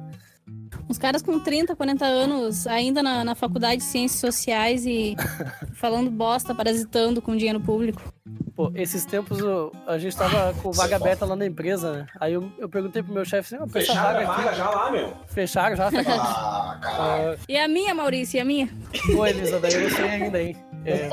Speaker 2: Os caras com trinta, quarenta anos, ainda na, na faculdade de Ciências Sociais e falando bosta, parasitando com dinheiro público.
Speaker 4: Pô, esses tempos eu, a gente tava com vaga aberta lá na empresa, né? Aí eu, eu perguntei pro meu chefe assim,
Speaker 1: fecharam a vaga já lá, meu?
Speaker 4: Fecharam já, fecharam.
Speaker 1: Ah, caralho.
Speaker 4: Uh,
Speaker 2: e a minha, Maurício, e a minha?
Speaker 4: Pô, Elisa, daí eu não sei ainda, hein? É,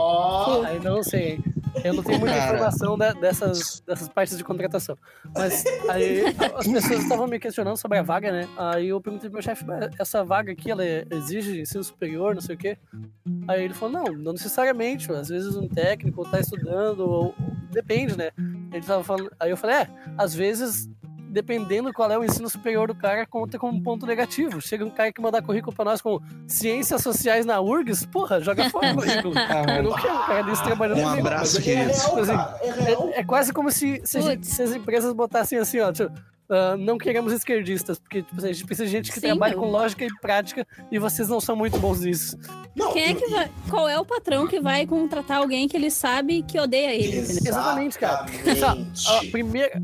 Speaker 1: oh.
Speaker 4: Ainda não sei, hein? Eu não tenho muita
Speaker 3: Cara.
Speaker 4: informação de, dessas, dessas partes de contratação. Mas aí as pessoas estavam me questionando sobre a vaga, né? Aí eu perguntei pro meu chefe, essa vaga aqui, ela exige ensino superior, não sei o quê? Aí ele falou, não, não necessariamente. Às vezes um técnico tá estudando, ou, depende, né? Ele tava falando, aí eu falei, é, às vezes... dependendo qual é o ensino superior do cara, conta como ponto negativo. Chega um cara que mandar currículo pra nós com ciências sociais na U R G S, porra, joga fora o currículo. Eu não quero um cara desse trabalhando
Speaker 3: Um
Speaker 4: comigo.
Speaker 3: abraço,
Speaker 1: É
Speaker 3: querido.
Speaker 1: real,
Speaker 4: Tipo assim,
Speaker 1: cara, é real.
Speaker 4: É, é quase como se, se, a gente- se as empresas botassem assim, ó, tipo, uh, não queremos esquerdistas, porque tipo, a gente precisa de gente que
Speaker 2: Sim,
Speaker 4: trabalha
Speaker 2: meu.
Speaker 4: com lógica e prática, e vocês não são muito bons nisso.
Speaker 1: Não,
Speaker 2: Quem é
Speaker 1: e-
Speaker 2: que vai. Qual é o patrão que vai contratar alguém que ele sabe que odeia ele? entendeu?
Speaker 4: Exatamente, cara.
Speaker 1: Exatamente.
Speaker 4: Só, ó, primeiro,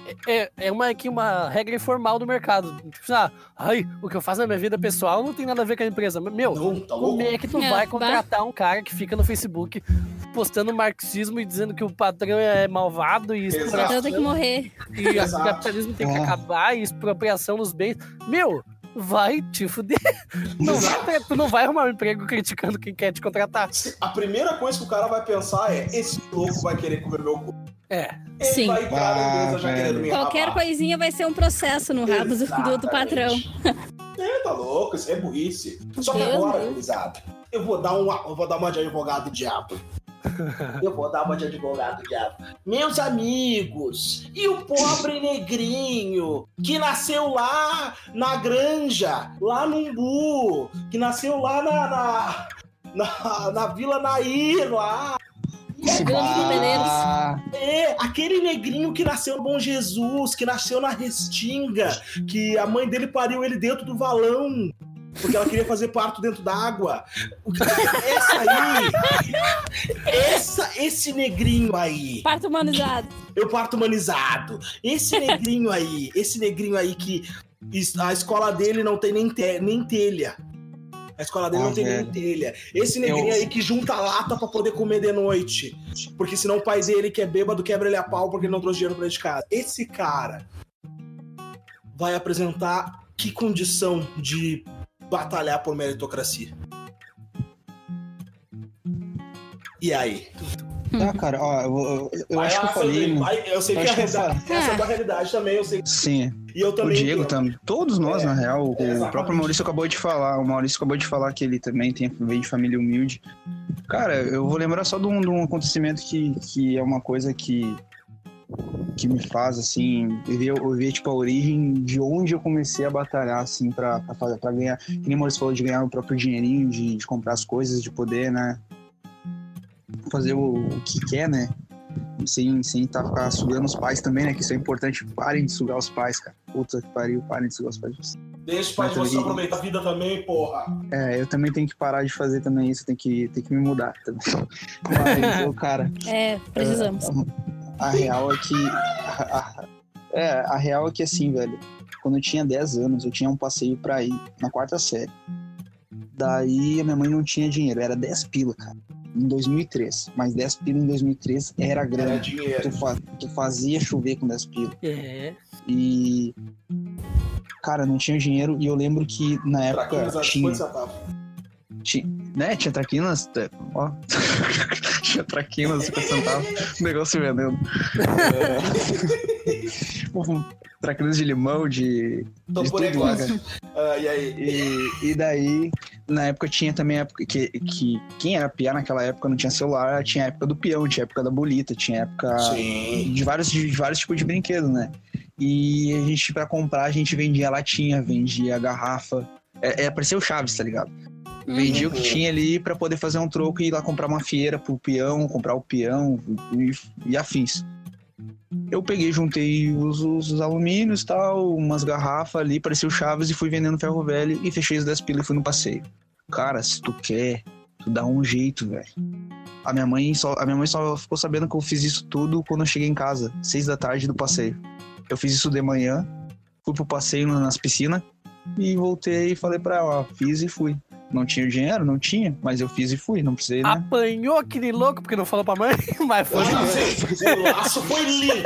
Speaker 4: é, é uma, aqui uma regra informal do mercado. Tipo, ah, ai, o que eu faço na minha vida pessoal não tem nada a ver com a empresa. Meu,
Speaker 1: Não, tá
Speaker 4: como
Speaker 1: louco?
Speaker 4: é que tu
Speaker 2: É,
Speaker 4: vai
Speaker 2: bah.
Speaker 4: contratar um cara que fica no Facebook postando marxismo e dizendo que o patrão é malvado e
Speaker 1: Exato.
Speaker 2: Então
Speaker 4: exploração
Speaker 2: tem que morrer.
Speaker 4: e o
Speaker 1: Exato.
Speaker 4: capitalismo tem que
Speaker 3: É.
Speaker 4: acabar e expropriação dos bens? Meu, vai te fuder. Não
Speaker 1: Exato.
Speaker 4: vai, tu não vai arrumar um emprego criticando quem quer te contratar.
Speaker 1: A primeira coisa que o cara vai pensar é: esse louco vai querer comer meu cu.
Speaker 4: É.
Speaker 1: Ele
Speaker 2: Sim.
Speaker 1: vai entrar na
Speaker 3: Ah,
Speaker 1: empresa já
Speaker 3: velho.
Speaker 1: querendo me
Speaker 2: Qualquer
Speaker 1: rabar.
Speaker 2: coisinha vai ser um processo no rabo do, do, do patrão.
Speaker 1: É, tá louco, isso é burrice. Só que
Speaker 2: Deus
Speaker 1: agora,
Speaker 2: Deus.
Speaker 1: Elisada, eu vou dar uma, eu vou dar uma de advogado diabo. Eu vou dar uma de advogado diabo. Meus amigos, e o pobre negrinho que nasceu lá na granja, lá no Umbu, que nasceu lá na, na, na, na Vila Nair, lá.
Speaker 3: Ah,
Speaker 1: É, aquele negrinho que nasceu no Bom Jesus, que nasceu na Restinga, que a mãe dele pariu ele dentro do valão, porque ela queria fazer parto dentro d'água. O que- Essa aí, essa, esse negrinho aí,
Speaker 2: Parto humanizado.
Speaker 1: eu parto humanizado. Esse negrinho aí, esse negrinho aí que es- a escola dele não tem nem, te- nem telha. A escola dele
Speaker 3: Ah,
Speaker 1: não tem
Speaker 3: velho.
Speaker 1: nem telha. Esse negrinho
Speaker 3: Eu-
Speaker 1: aí que junta lata pra poder comer de noite. Porque senão o pai dele, que é bêbado, quebra ele a pau porque ele não trouxe dinheiro pra ele de casa. Esse cara vai apresentar que condição de batalhar por meritocracia? E aí?
Speaker 3: tá, cara, ó, eu, eu, eu
Speaker 1: Vai
Speaker 3: acho que
Speaker 1: lá,
Speaker 3: eu falei.
Speaker 1: Sandrinho,
Speaker 3: no-
Speaker 1: vai. Eu sei
Speaker 3: eu
Speaker 1: que a
Speaker 3: acho que eu
Speaker 1: realidade,
Speaker 2: falei.
Speaker 1: essa é a realidade também, eu sei.
Speaker 3: Sim,
Speaker 1: E eu
Speaker 3: o
Speaker 1: também.
Speaker 3: Diego
Speaker 1: entendo.
Speaker 3: também. Todos nós,
Speaker 1: É,
Speaker 3: na real. O
Speaker 1: exatamente.
Speaker 3: próprio Maurício acabou de falar. O Maurício acabou de falar que ele também tem, veio de família humilde. Cara, eu vou lembrar só de um, de um acontecimento que, que é uma coisa que, que me faz, assim, ver, eu ver, tipo, a origem de onde eu comecei a batalhar, assim, pra, pra, fazer, pra ganhar. Que nem o Maurício falou, de ganhar o próprio dinheirinho, de, de comprar as coisas, de poder, né? Fazer o, o que quer, né? Sem, sem tá, ficar sugando os pais também, né? Que isso é importante. Parem de sugar os pais, cara. Puta que pariu, parem de sugar os pais.
Speaker 1: Deixa os pais de você aproveitar a vida também, porra.
Speaker 3: É, eu também tenho que parar de fazer também isso. Tem que, tem que me mudar também. Mas, eu, cara...
Speaker 2: É, precisamos.
Speaker 3: A, a real é que... A, a, é, a real é que assim, velho. Quando eu tinha dez anos, eu tinha um passeio pra ir na quarta série. Daí a minha mãe não tinha dinheiro. Era dez pila, cara. Em dois mil e três. Mas dez pila em dois mil e três era grana.
Speaker 1: Era dinheiro.
Speaker 3: Tu, fa, tu fazia chover com dez pila.
Speaker 4: É.
Speaker 3: E... Cara, não tinha dinheiro. E eu lembro que na época tinha... Tinha, né? Tinha traquinas. Ó. Tinha traquinas, cinquenta centavos. O negócio vendendo. É... traquinas de limão, de.
Speaker 1: Tô
Speaker 3: de
Speaker 1: por aí, quase. Uh, e aí?
Speaker 3: E, e daí, na época tinha também a época que, que quem era piá naquela época não tinha celular, tinha a época do peão, tinha a época da bolita, tinha a época
Speaker 1: Sim.
Speaker 3: de vários, de vários tipos de brinquedo, né? E a gente, pra comprar, a gente vendia latinha, vendia garrafa. É, é parecia o Chaves, tá ligado? Vendia uhum. o que tinha ali pra poder fazer um troco e ir lá comprar uma feira pro peão, comprar o peão e, e afins. Eu peguei, juntei os, os alumínios e tal, umas garrafas ali, parecia o Chaves, e fui vendendo ferro velho e fechei os dez pila e fui no passeio. Cara, se tu quer, tu dá um jeito, velho. A minha mãe só, a minha mãe só ficou sabendo que eu fiz isso tudo quando eu cheguei em casa, seis da tarde do passeio. Eu fiz isso de manhã, fui pro passeio nas piscinas e voltei e falei pra ela, ó, fiz e fui. Não tinha dinheiro? Não tinha, mas eu fiz e fui, não precisei, né?
Speaker 4: Apanhou aquele louco porque não falou pra mãe, mas foi.
Speaker 1: Ah, o laço foi lindo.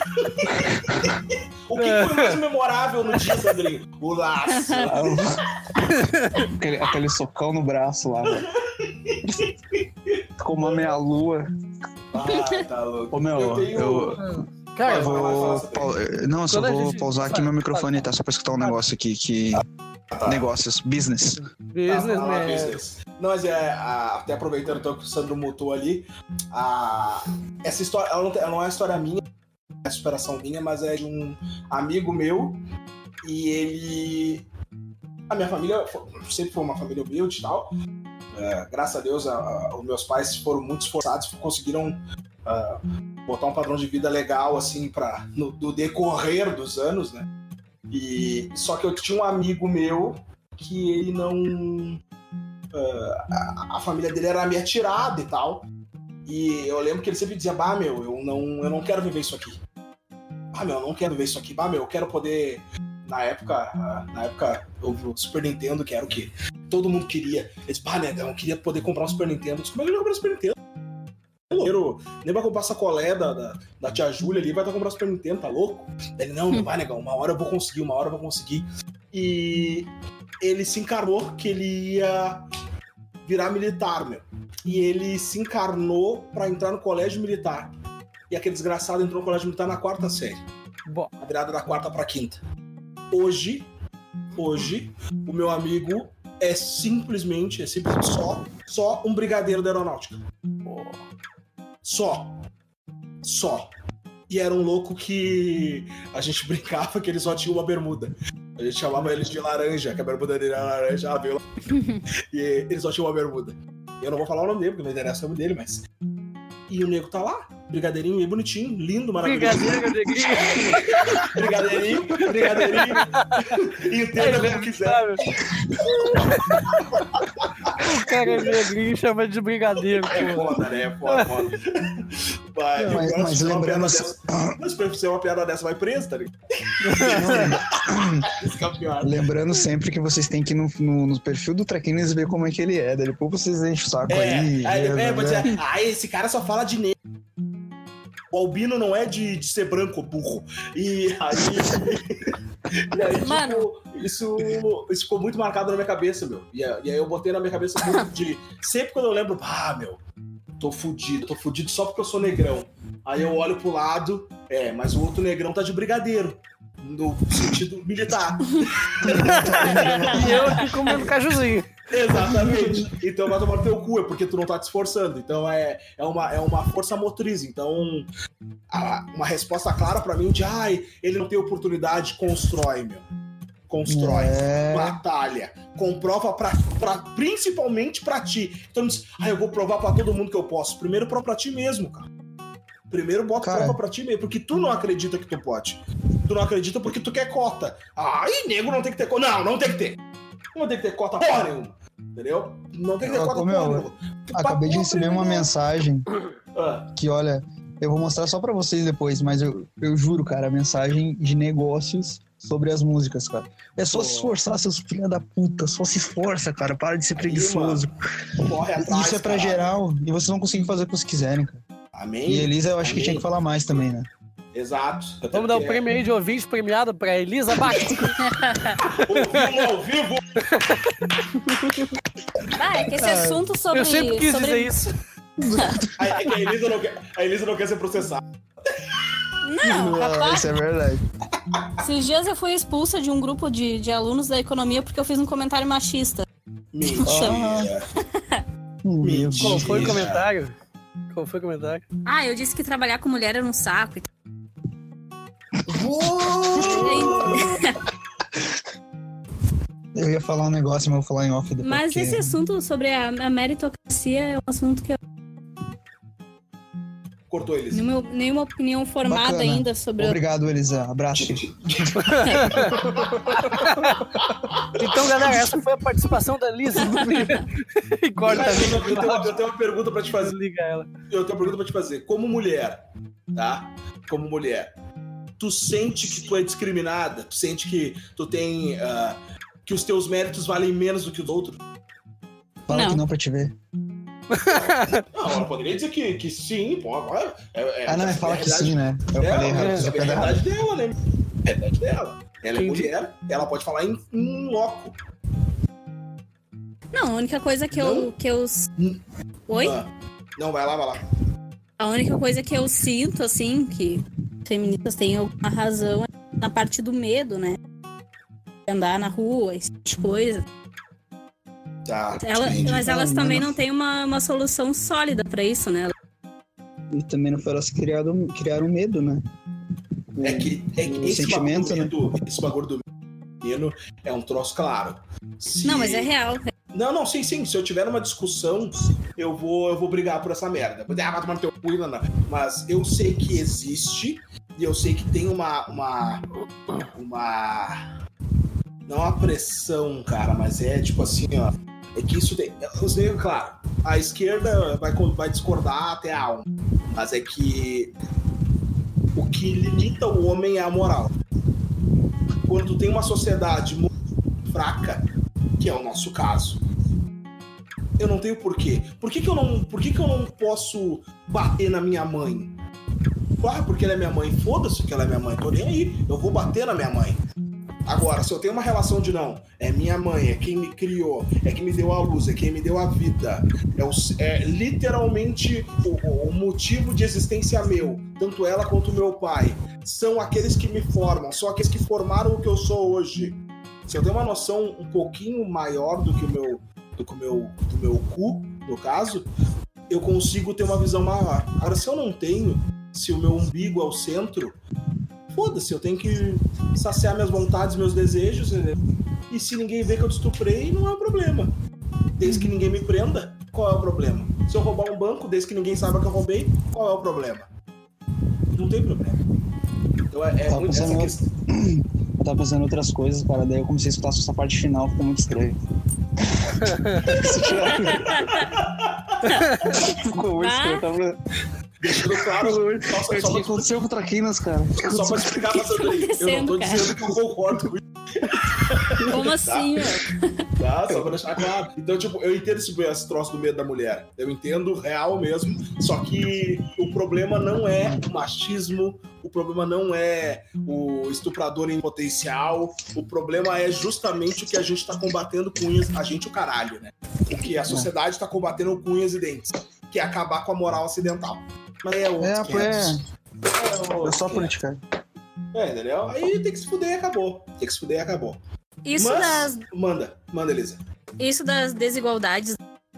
Speaker 1: O que foi mais memorável no dia, Sandrinho? O laço.
Speaker 3: aquele, aquele socão no braço lá, velho. Como a meia lua.
Speaker 1: Ah, tá louco.
Speaker 3: Ô, meu, eu... Tenho... eu...
Speaker 4: Cara,
Speaker 3: eu vou... Pa... Não, eu só
Speaker 4: Quando
Speaker 3: vou
Speaker 4: gente...
Speaker 3: pausar aqui meu microfone, tá? Só pra escutar um negócio aqui que... Tá. Negócios, business.
Speaker 4: Business,
Speaker 1: tá,
Speaker 4: né?
Speaker 1: Business. Não, mas é, a, até aproveitando então que o Sandro mutou ali, a, essa história, ela não, ela não é uma história minha, é uma superação minha, mas é de um amigo meu, e ele... A minha família sempre foi uma família humilde e tal. É, graças a Deus, a, a, os meus pais foram muito esforçados, conseguiram uh, botar um padrão de vida legal, assim, pra, no, no decorrer dos anos, né? E, só que eu tinha um amigo meu que ele não... Uh, a, a família dele era meio atirada e tal. E eu lembro que ele sempre dizia, bah, meu, eu não, eu não quero viver isso aqui. Bah, meu, eu não quero viver isso aqui. Bah, meu, eu quero poder... Na época, uh, na época, houve o Super Nintendo, que era o que todo mundo queria. Ele disse, bah, negão, eu queria poder comprar um Super Nintendo. Eu disse, como é que eu vou comprar um Super Nintendo? Nem vai comprar sacolé da, da, da tia Júlia ali, vai estar comprando Super Nintendo, tá louco? Ele, não, não vai, negão, uma hora eu vou conseguir, uma hora eu vou conseguir. E ele se encarnou que ele ia virar militar, meu. E ele se encarnou pra entrar no colégio militar. E aquele desgraçado entrou no colégio militar na quarta série.
Speaker 4: Bom.
Speaker 1: A virada da quarta pra quinta. Hoje, hoje, o meu amigo é simplesmente, é simplesmente só, só um brigadeiro da aeronáutica. Só. Só. E era um louco que a gente brincava que ele só tinha uma bermuda. A gente chamava eles de laranja, que a bermuda dele era laranja, ah, viu? E ele só tinha uma bermuda. Eu não vou falar o nome dele, porque não interessa o nome dele, mas... E o nego tá lá, brigadeirinho bem bonitinho, lindo, maravilhoso.
Speaker 4: Brigadeirinho,
Speaker 1: brigadeirinho, brigadeirinho. Entenda como quiser.
Speaker 4: O cara é negrinho e chama de brigadeiro.
Speaker 1: É foda, né? É foda, foda. Vai,
Speaker 3: não, mas, mas lembrando...
Speaker 1: Dessa, mas pra ser uma piada dessa, vai preso, tá ligado? Isso que é o pior.
Speaker 3: Lembrando sempre que vocês têm que ir no, no, no perfil do Traquinas e ver como é que ele é. Daí depois vocês enchem o saco
Speaker 1: é,
Speaker 3: aí.
Speaker 1: Aí ele
Speaker 3: vem,
Speaker 1: pode dizer, ah, esse cara só fala de negro. O albino não é de, de ser branco, burro. E aí... e aí,
Speaker 2: Mano...
Speaker 1: tipo, isso, isso ficou muito marcado na minha cabeça, meu. E, e aí eu botei na minha cabeça muito de... Sempre quando eu lembro, ah, meu, tô fudido, tô fudido só porque eu sou negrão. Aí eu olho pro lado, é, mas o outro negrão tá de brigadeiro. No sentido militar.
Speaker 4: E eu aqui comendo cajuzinho.
Speaker 1: Exatamente. Então vai tomar no teu cu, é porque tu não tá te esforçando. Então é, é, uma, é uma força motriz. Então, a, uma resposta clara pra mim de ai, ele não tem oportunidade, constrói, meu. Constrói, é... batalha, comprova pra, pra, principalmente pra ti. Então diz, ah, eu vou provar pra todo mundo que eu posso. Primeiro prova pra ti mesmo, cara. Primeiro bota
Speaker 3: Cara.
Speaker 1: prova pra ti mesmo, porque tu não acredita que tu pode. Tu não acredita porque tu quer cota. Ai, nego não tem que ter cota. Não, não tem que ter. Não tem que ter cota porra nenhuma. Entendeu? Não tem que ter
Speaker 3: Eu,
Speaker 1: cota
Speaker 3: como
Speaker 1: porra
Speaker 3: eu-
Speaker 1: nenhuma.
Speaker 3: Acabei de
Speaker 1: Papo
Speaker 3: receber uma
Speaker 1: primeiro.
Speaker 3: mensagem
Speaker 1: Ah,
Speaker 3: que, olha, eu vou mostrar só pra vocês depois, mas eu, eu juro, cara, a mensagem de negócios sobre as músicas, cara. É só
Speaker 1: Pô.
Speaker 3: se esforçar, seus filha da puta. Só se esforça, cara. Para de ser preguiçoso.
Speaker 1: corre atrás,
Speaker 3: Isso é pra
Speaker 1: caralho.
Speaker 3: geral e vocês vão conseguir fazer o que vocês quiserem, cara.
Speaker 1: Amém?
Speaker 3: E Elisa, eu acho que
Speaker 1: Amém.
Speaker 3: tinha que falar mais também, né?
Speaker 1: Exato. Até
Speaker 4: Vamos dar o
Speaker 1: porque
Speaker 4: prêmio aí de ouvinte premiado pra Elisa Bacos.
Speaker 1: Ouvimos ao vivo.
Speaker 2: Ah, é que esse assunto sobre...
Speaker 4: Eu sempre quis
Speaker 2: sobre...
Speaker 4: dizer isso.
Speaker 1: A, é que a Elisa não quer, a Elisa não quer ser processada.
Speaker 2: Não, rapaz,
Speaker 3: Isso é verdade.
Speaker 2: esses dias eu fui expulsa de um grupo de, de alunos da economia porque eu fiz um comentário machista.
Speaker 1: Mentira.
Speaker 3: Meu Deus.
Speaker 4: Qual foi o
Speaker 1: Mentira.
Speaker 4: comentário? Qual foi o comentário?
Speaker 2: Ah, eu disse que trabalhar com mulher era um saco.
Speaker 3: Eu ia falar um negócio, mas eu vou falar em off depois.
Speaker 2: Mas
Speaker 3: porque-
Speaker 2: esse assunto sobre a, a meritocracia é um assunto que eu
Speaker 1: Cortou, Elisa.
Speaker 2: nenhuma, nenhuma opinião formada
Speaker 3: Bacana.
Speaker 2: ainda sobre.
Speaker 3: Obrigado, Elisa. Abraço.
Speaker 4: Então, galera, essa foi a participação da Elisa. E corta
Speaker 1: Mas
Speaker 4: a
Speaker 1: eu, eu tenho uma, eu tenho uma pergunta pra te fazer.
Speaker 4: Desliga ela.
Speaker 1: Eu tenho uma pergunta pra te fazer. Como mulher, tá? Como mulher, tu sente que tu é discriminada? Tu sente que tu tem... ah, que os teus méritos valem menos do que os outros?
Speaker 3: Fala
Speaker 2: Não.
Speaker 3: que não pra te ver.
Speaker 1: Não, ela poderia dizer que, que sim, pô. É, é,
Speaker 3: Ah, não, é
Speaker 1: é
Speaker 3: fala
Speaker 1: a
Speaker 3: que
Speaker 1: realidade
Speaker 3: sim, né? Eu
Speaker 1: dela,
Speaker 3: falei errado,
Speaker 1: é,
Speaker 3: fiz a
Speaker 1: é a
Speaker 3: piada errada.
Speaker 1: realidade dela, né? É a realidade dela. Ela é
Speaker 4: Entendi.
Speaker 1: mulher, ela pode falar em, em loco.
Speaker 2: Não, a única coisa que eu.
Speaker 1: Não?
Speaker 2: Que eu... Oi?
Speaker 1: Ah, não, vai lá, vai lá.
Speaker 2: A única coisa que eu sinto, assim, que feministas têm alguma razão é na parte do medo, né? Andar na rua, esse tipo de coisa.
Speaker 1: Tá.
Speaker 2: Ela-
Speaker 1: entendi.
Speaker 2: mas elas
Speaker 3: Ah,
Speaker 2: também
Speaker 3: mano.
Speaker 2: não têm uma, uma solução sólida pra isso, né?
Speaker 3: E também não foi elas que criaram, criaram medo, né?
Speaker 1: É que, é que
Speaker 3: O
Speaker 1: esse
Speaker 3: sentimento,
Speaker 1: bagulho
Speaker 3: né?
Speaker 1: do, esse bagulho do menino é um troço claro. Se-
Speaker 2: Não, mas é real.
Speaker 1: Não, não, sim, sim. Se eu tiver uma discussão, eu vou, eu vou brigar por essa merda. Ah, vai tomar no teu cu, não, não. Mas eu sei que existe e eu sei que tem uma. Uma. Uma. Não uma pressão, cara, mas é tipo assim, ó. É que isso tem. Eu sei, claro, a esquerda vai, vai discordar até a alma. Mas é que o que limita o homem é a moral. Quando tu tem uma sociedade muito fraca, que é o nosso caso, eu não tenho porquê. Por que, que, eu, não, por que, que eu não posso bater na minha mãe? Ah, porque ela é minha mãe. Foda-se que ela é minha mãe. Tô nem aí. Eu vou bater na minha mãe. Agora, se eu tenho uma relação de não, é minha mãe, é quem me criou, é quem me deu a luz, é quem me deu a vida, é, o, é literalmente o, o motivo de existência meu, tanto ela quanto meu pai, são aqueles que me formam, são aqueles que formaram o que eu sou hoje. Se eu tenho uma noção um pouquinho maior do que o meu, do que o meu, do meu cu, no caso, eu consigo ter uma visão maior. Agora, se eu não tenho, se o meu umbigo é o centro, foda-se, eu tenho que saciar minhas vontades, meus desejos, entendeu? E se ninguém vê que eu te estuprei, não é um problema. Desde que ninguém me prenda, qual é o problema? Se eu roubar um banco, desde que ninguém saiba que eu roubei, qual é o problema? Não tem problema. Então é, é
Speaker 3: Tava
Speaker 1: muito essa
Speaker 3: pensando-
Speaker 1: questão.
Speaker 3: Eu tava pensando em outras coisas, cara. Daí eu comecei a escutar essa parte final, ficou muito estranho. Ficou muito
Speaker 2: Ah.
Speaker 3: estranho. Tava...
Speaker 1: Deixando claro, só, só,
Speaker 3: O que
Speaker 1: só, pra,
Speaker 3: aconteceu com o Traquinas, cara?
Speaker 1: só pra explicar pra Sandrine, eu não tô
Speaker 2: acontecendo, cara?
Speaker 1: dizendo que eu concordo com isso,
Speaker 2: Como assim, meu?
Speaker 1: tá? Só pra deixar claro. Então, tipo, eu entendo esse, esse troço do medo da mulher. Eu entendo real mesmo. Só que o problema não é o machismo, o problema não é o estuprador em potencial, o problema é justamente o que a gente tá combatendo com unhas, a gente o caralho, né? O que a sociedade tá combatendo com unhas e dentes, que é acabar com a moral ocidental. Mas é outros
Speaker 3: É, pô, é.
Speaker 1: quinhentos. É,
Speaker 3: É só
Speaker 1: outros
Speaker 3: política.
Speaker 1: É, entendeu? Aí tem que se fuder e acabou. Tem que se fuder e acabou.
Speaker 2: Isso,
Speaker 1: Mas,
Speaker 2: das,
Speaker 1: manda, manda, Elisa.
Speaker 2: isso das desigualdades.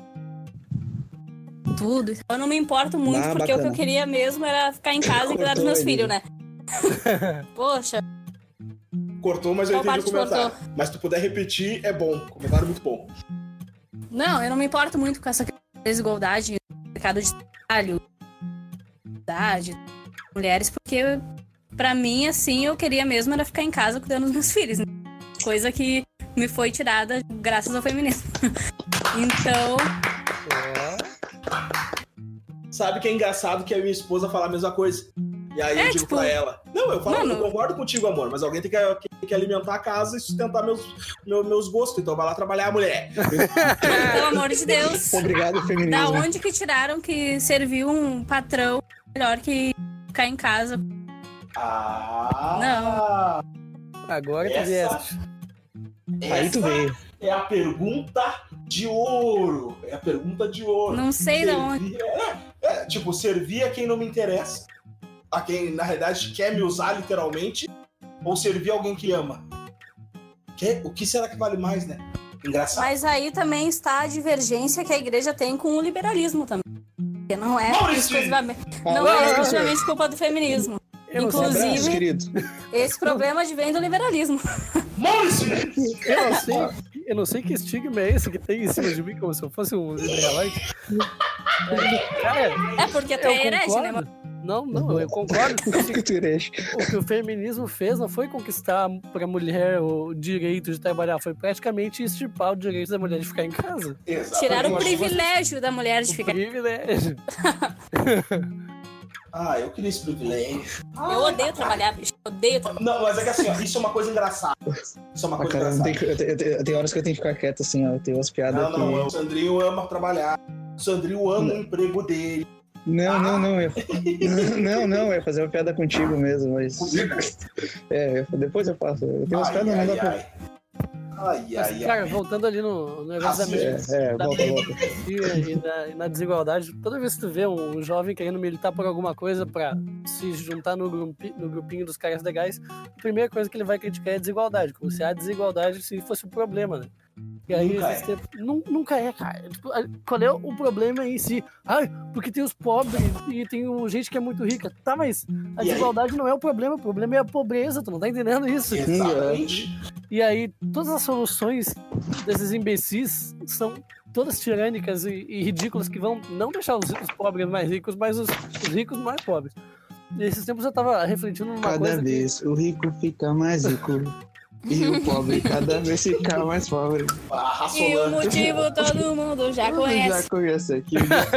Speaker 2: Tudo. Eu não me importo muito,
Speaker 3: Ah,
Speaker 2: porque
Speaker 3: bacana.
Speaker 2: o que eu queria mesmo era ficar em casa e cuidar dos meus
Speaker 3: Cortou,
Speaker 2: filhos, né? Poxa,
Speaker 1: Cortou, mas eu
Speaker 2: Qual
Speaker 1: entendi o
Speaker 2: parte
Speaker 1: comentário. Mas se tu puder repetir, é bom. Comentário muito bom.
Speaker 2: não, eu não me importo muito com essa desigualdade no mercado de trabalho. idade, mulheres, porque pra mim, assim, eu queria mesmo era ficar em casa cuidando dos meus filhos, né? Coisa que me foi tirada graças ao feminismo. Então...
Speaker 1: Sabe que é engraçado que a minha esposa fala a mesma coisa. E aí
Speaker 2: É,
Speaker 1: eu digo
Speaker 2: tipo,
Speaker 1: pra ela, não, eu falo,
Speaker 2: mano,
Speaker 1: eu concordo contigo, amor, mas alguém tem que, tem que alimentar a casa e sustentar meus, meu, meus gostos, então vai lá trabalhar, mulher.
Speaker 2: pelo amor de Deus,
Speaker 3: Obrigado,
Speaker 2: da
Speaker 3: feminismo.
Speaker 2: onde que tiraram que servir um patrão melhor que ficar em casa?
Speaker 1: Ah!
Speaker 4: Agora tu
Speaker 1: Essa-
Speaker 4: vieste.
Speaker 3: Aí tu
Speaker 1: Essa
Speaker 3: veio.
Speaker 1: é a pergunta de ouro. É a pergunta de ouro.
Speaker 2: Não sei de onde.
Speaker 1: Servir- É, é, tipo, servir a quem não me interessa, a quem, na realidade, quer me usar literalmente, ou servir alguém que ama. Que- o que será que vale mais, né? Engraçado.
Speaker 2: Mas aí também está a divergência que a igreja tem com o liberalismo também. Porque não é
Speaker 1: Maurício!
Speaker 2: exclusivamente,
Speaker 3: Ah,
Speaker 2: não
Speaker 3: não,
Speaker 2: é
Speaker 3: não,
Speaker 2: exclusivamente culpa do feminismo.
Speaker 4: Eu não sei.
Speaker 2: Inclusive-
Speaker 3: Abraço, querido.
Speaker 2: Esse problema advém do liberalismo.
Speaker 1: Maurício!
Speaker 4: Eu não sei, eu não sei que estigma é esse que tem em cima de mim, como se eu fosse um liberalite. Cara,
Speaker 2: É porque tu
Speaker 4: eu
Speaker 2: é herege, né,
Speaker 4: concordo. Não, não, eu concordo. que, assim,
Speaker 3: Tu herege.
Speaker 4: o que o feminismo fez não foi conquistar pra mulher o direito de trabalhar, foi praticamente extirpar o direito da mulher de ficar em casa.
Speaker 1: Exatamente.
Speaker 2: Tirar o
Speaker 4: Eu acho
Speaker 2: privilégio da mulher de
Speaker 4: O
Speaker 2: ficar.
Speaker 4: privilégio.
Speaker 1: Ah, eu queria esse privilégio.
Speaker 2: Eu odeio trabalhar, bicho. Eu odeio trabalhar.
Speaker 1: Não, mas é que assim, ó, isso é uma coisa engraçada. Isso é uma
Speaker 3: Ah,
Speaker 1: coisa
Speaker 3: cara, eu
Speaker 1: engraçada.
Speaker 3: tenho, que- eu tenho- eu tenho- eu tenho horas que eu tenho que ficar quieto, assim, ó. Tem umas piadas
Speaker 1: Não, não,
Speaker 3: que...
Speaker 1: o Sandrinho ama trabalhar. O Sandrinho ama o emprego dele.
Speaker 3: Não, não, não. Eu... Não, não, eu ia fazer uma piada contigo mesmo, mas... É, eu- depois eu faço. Eu tenho umas
Speaker 1: Ai,
Speaker 3: piadas, não dá
Speaker 1: ai,
Speaker 3: pra...
Speaker 1: ai. Ai,
Speaker 4: Mas,
Speaker 1: ai, ai.
Speaker 4: cara, voltando ali no, no negócio da,
Speaker 1: Racismo.
Speaker 3: É, é,
Speaker 4: da
Speaker 3: volta, volta.
Speaker 4: meritocracia e, da- e na desigualdade, toda vez que tu vê um jovem querendo militar por alguma coisa pra se juntar no, grupi, no grupinho dos caras legais, a primeira coisa que ele vai criticar é a desigualdade, como se a desigualdade se fosse o problema, né? E aí,
Speaker 1: Nunca
Speaker 4: esses tempos- nu- nunca é, cara. Tipo, a- qual é o problema em si? Ai, porque tem os pobres e tem um- gente que é muito rica. Tá, mas a
Speaker 1: E aí?
Speaker 4: desigualdade não é o problema, o problema é a pobreza, tu não tá entendendo isso?
Speaker 1: Exatamente.
Speaker 4: E aí, todas as soluções desses imbecis são todas tirânicas e, e ridículas que vão não deixar os, os pobres mais ricos, mas os, os ricos mais pobres. E esses tempos eu tava refletindo numa
Speaker 3: Cada
Speaker 4: coisa que...
Speaker 3: vez o rico fica mais rico e o pobre cada vez fica mais pobre.
Speaker 1: A
Speaker 2: E o
Speaker 1: Rassolante.
Speaker 2: motivo todo mundo já
Speaker 3: Já
Speaker 2: conhece.
Speaker 3: conhece aqui.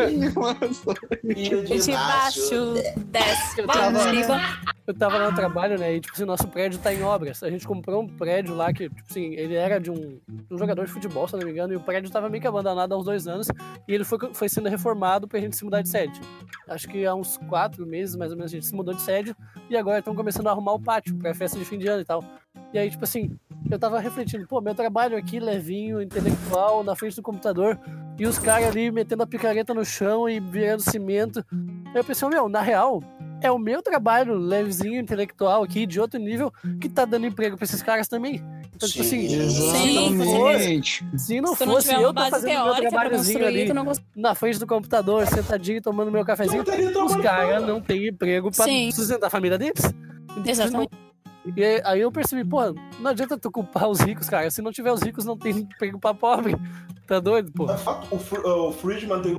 Speaker 1: Ilha de
Speaker 2: De baixo, desce.
Speaker 4: Eu tava-
Speaker 2: Vamos,
Speaker 4: Eu tava lá no trabalho, né, e tipo assim, nosso prédio tá em obras. A gente comprou um prédio lá que, tipo assim, ele era de um, de um jogador de futebol, se eu não me engano, e o prédio tava meio que abandonado há uns dois anos, e ele foi, foi sendo reformado pra gente se mudar de sede. Acho que há uns quatro meses, mais ou menos, a gente se mudou de sede, e agora estão começando a arrumar o pátio pra festa de fim de ano e tal. E aí, tipo assim, eu tava refletindo, pô, meu trabalho aqui, levinho, intelectual, na frente do computador, e os caras ali metendo a picareta no chão e virando cimento. Aí eu pensei, meu, na real, é o meu trabalho levezinho, intelectual aqui, de outro nível, que tá dando emprego pra esses caras também. Então, tipo assim,
Speaker 3: Exatamente.
Speaker 4: se não
Speaker 2: Se tu não
Speaker 4: fosse
Speaker 2: tiver
Speaker 4: eu
Speaker 2: uma
Speaker 4: tá
Speaker 2: base
Speaker 4: fazendo meu
Speaker 2: teórica pra
Speaker 4: trabalhozinho
Speaker 2: construir,
Speaker 4: ali
Speaker 2: tu não consegue.
Speaker 4: na frente do computador, sentadinho, tomando meu cafezinho,
Speaker 1: Não teria
Speaker 4: os
Speaker 1: trabalho,
Speaker 4: caras
Speaker 1: não.
Speaker 4: não têm emprego pra
Speaker 2: Sim.
Speaker 4: sustentar a família deles. Então,
Speaker 2: Exatamente.
Speaker 4: E aí eu percebi, pô, não adianta tu culpar os ricos, cara. Se não tiver os ricos, não tem emprego pra pobre. Tá doido, pô?
Speaker 1: É fato, o, Fr- o Friedman tem.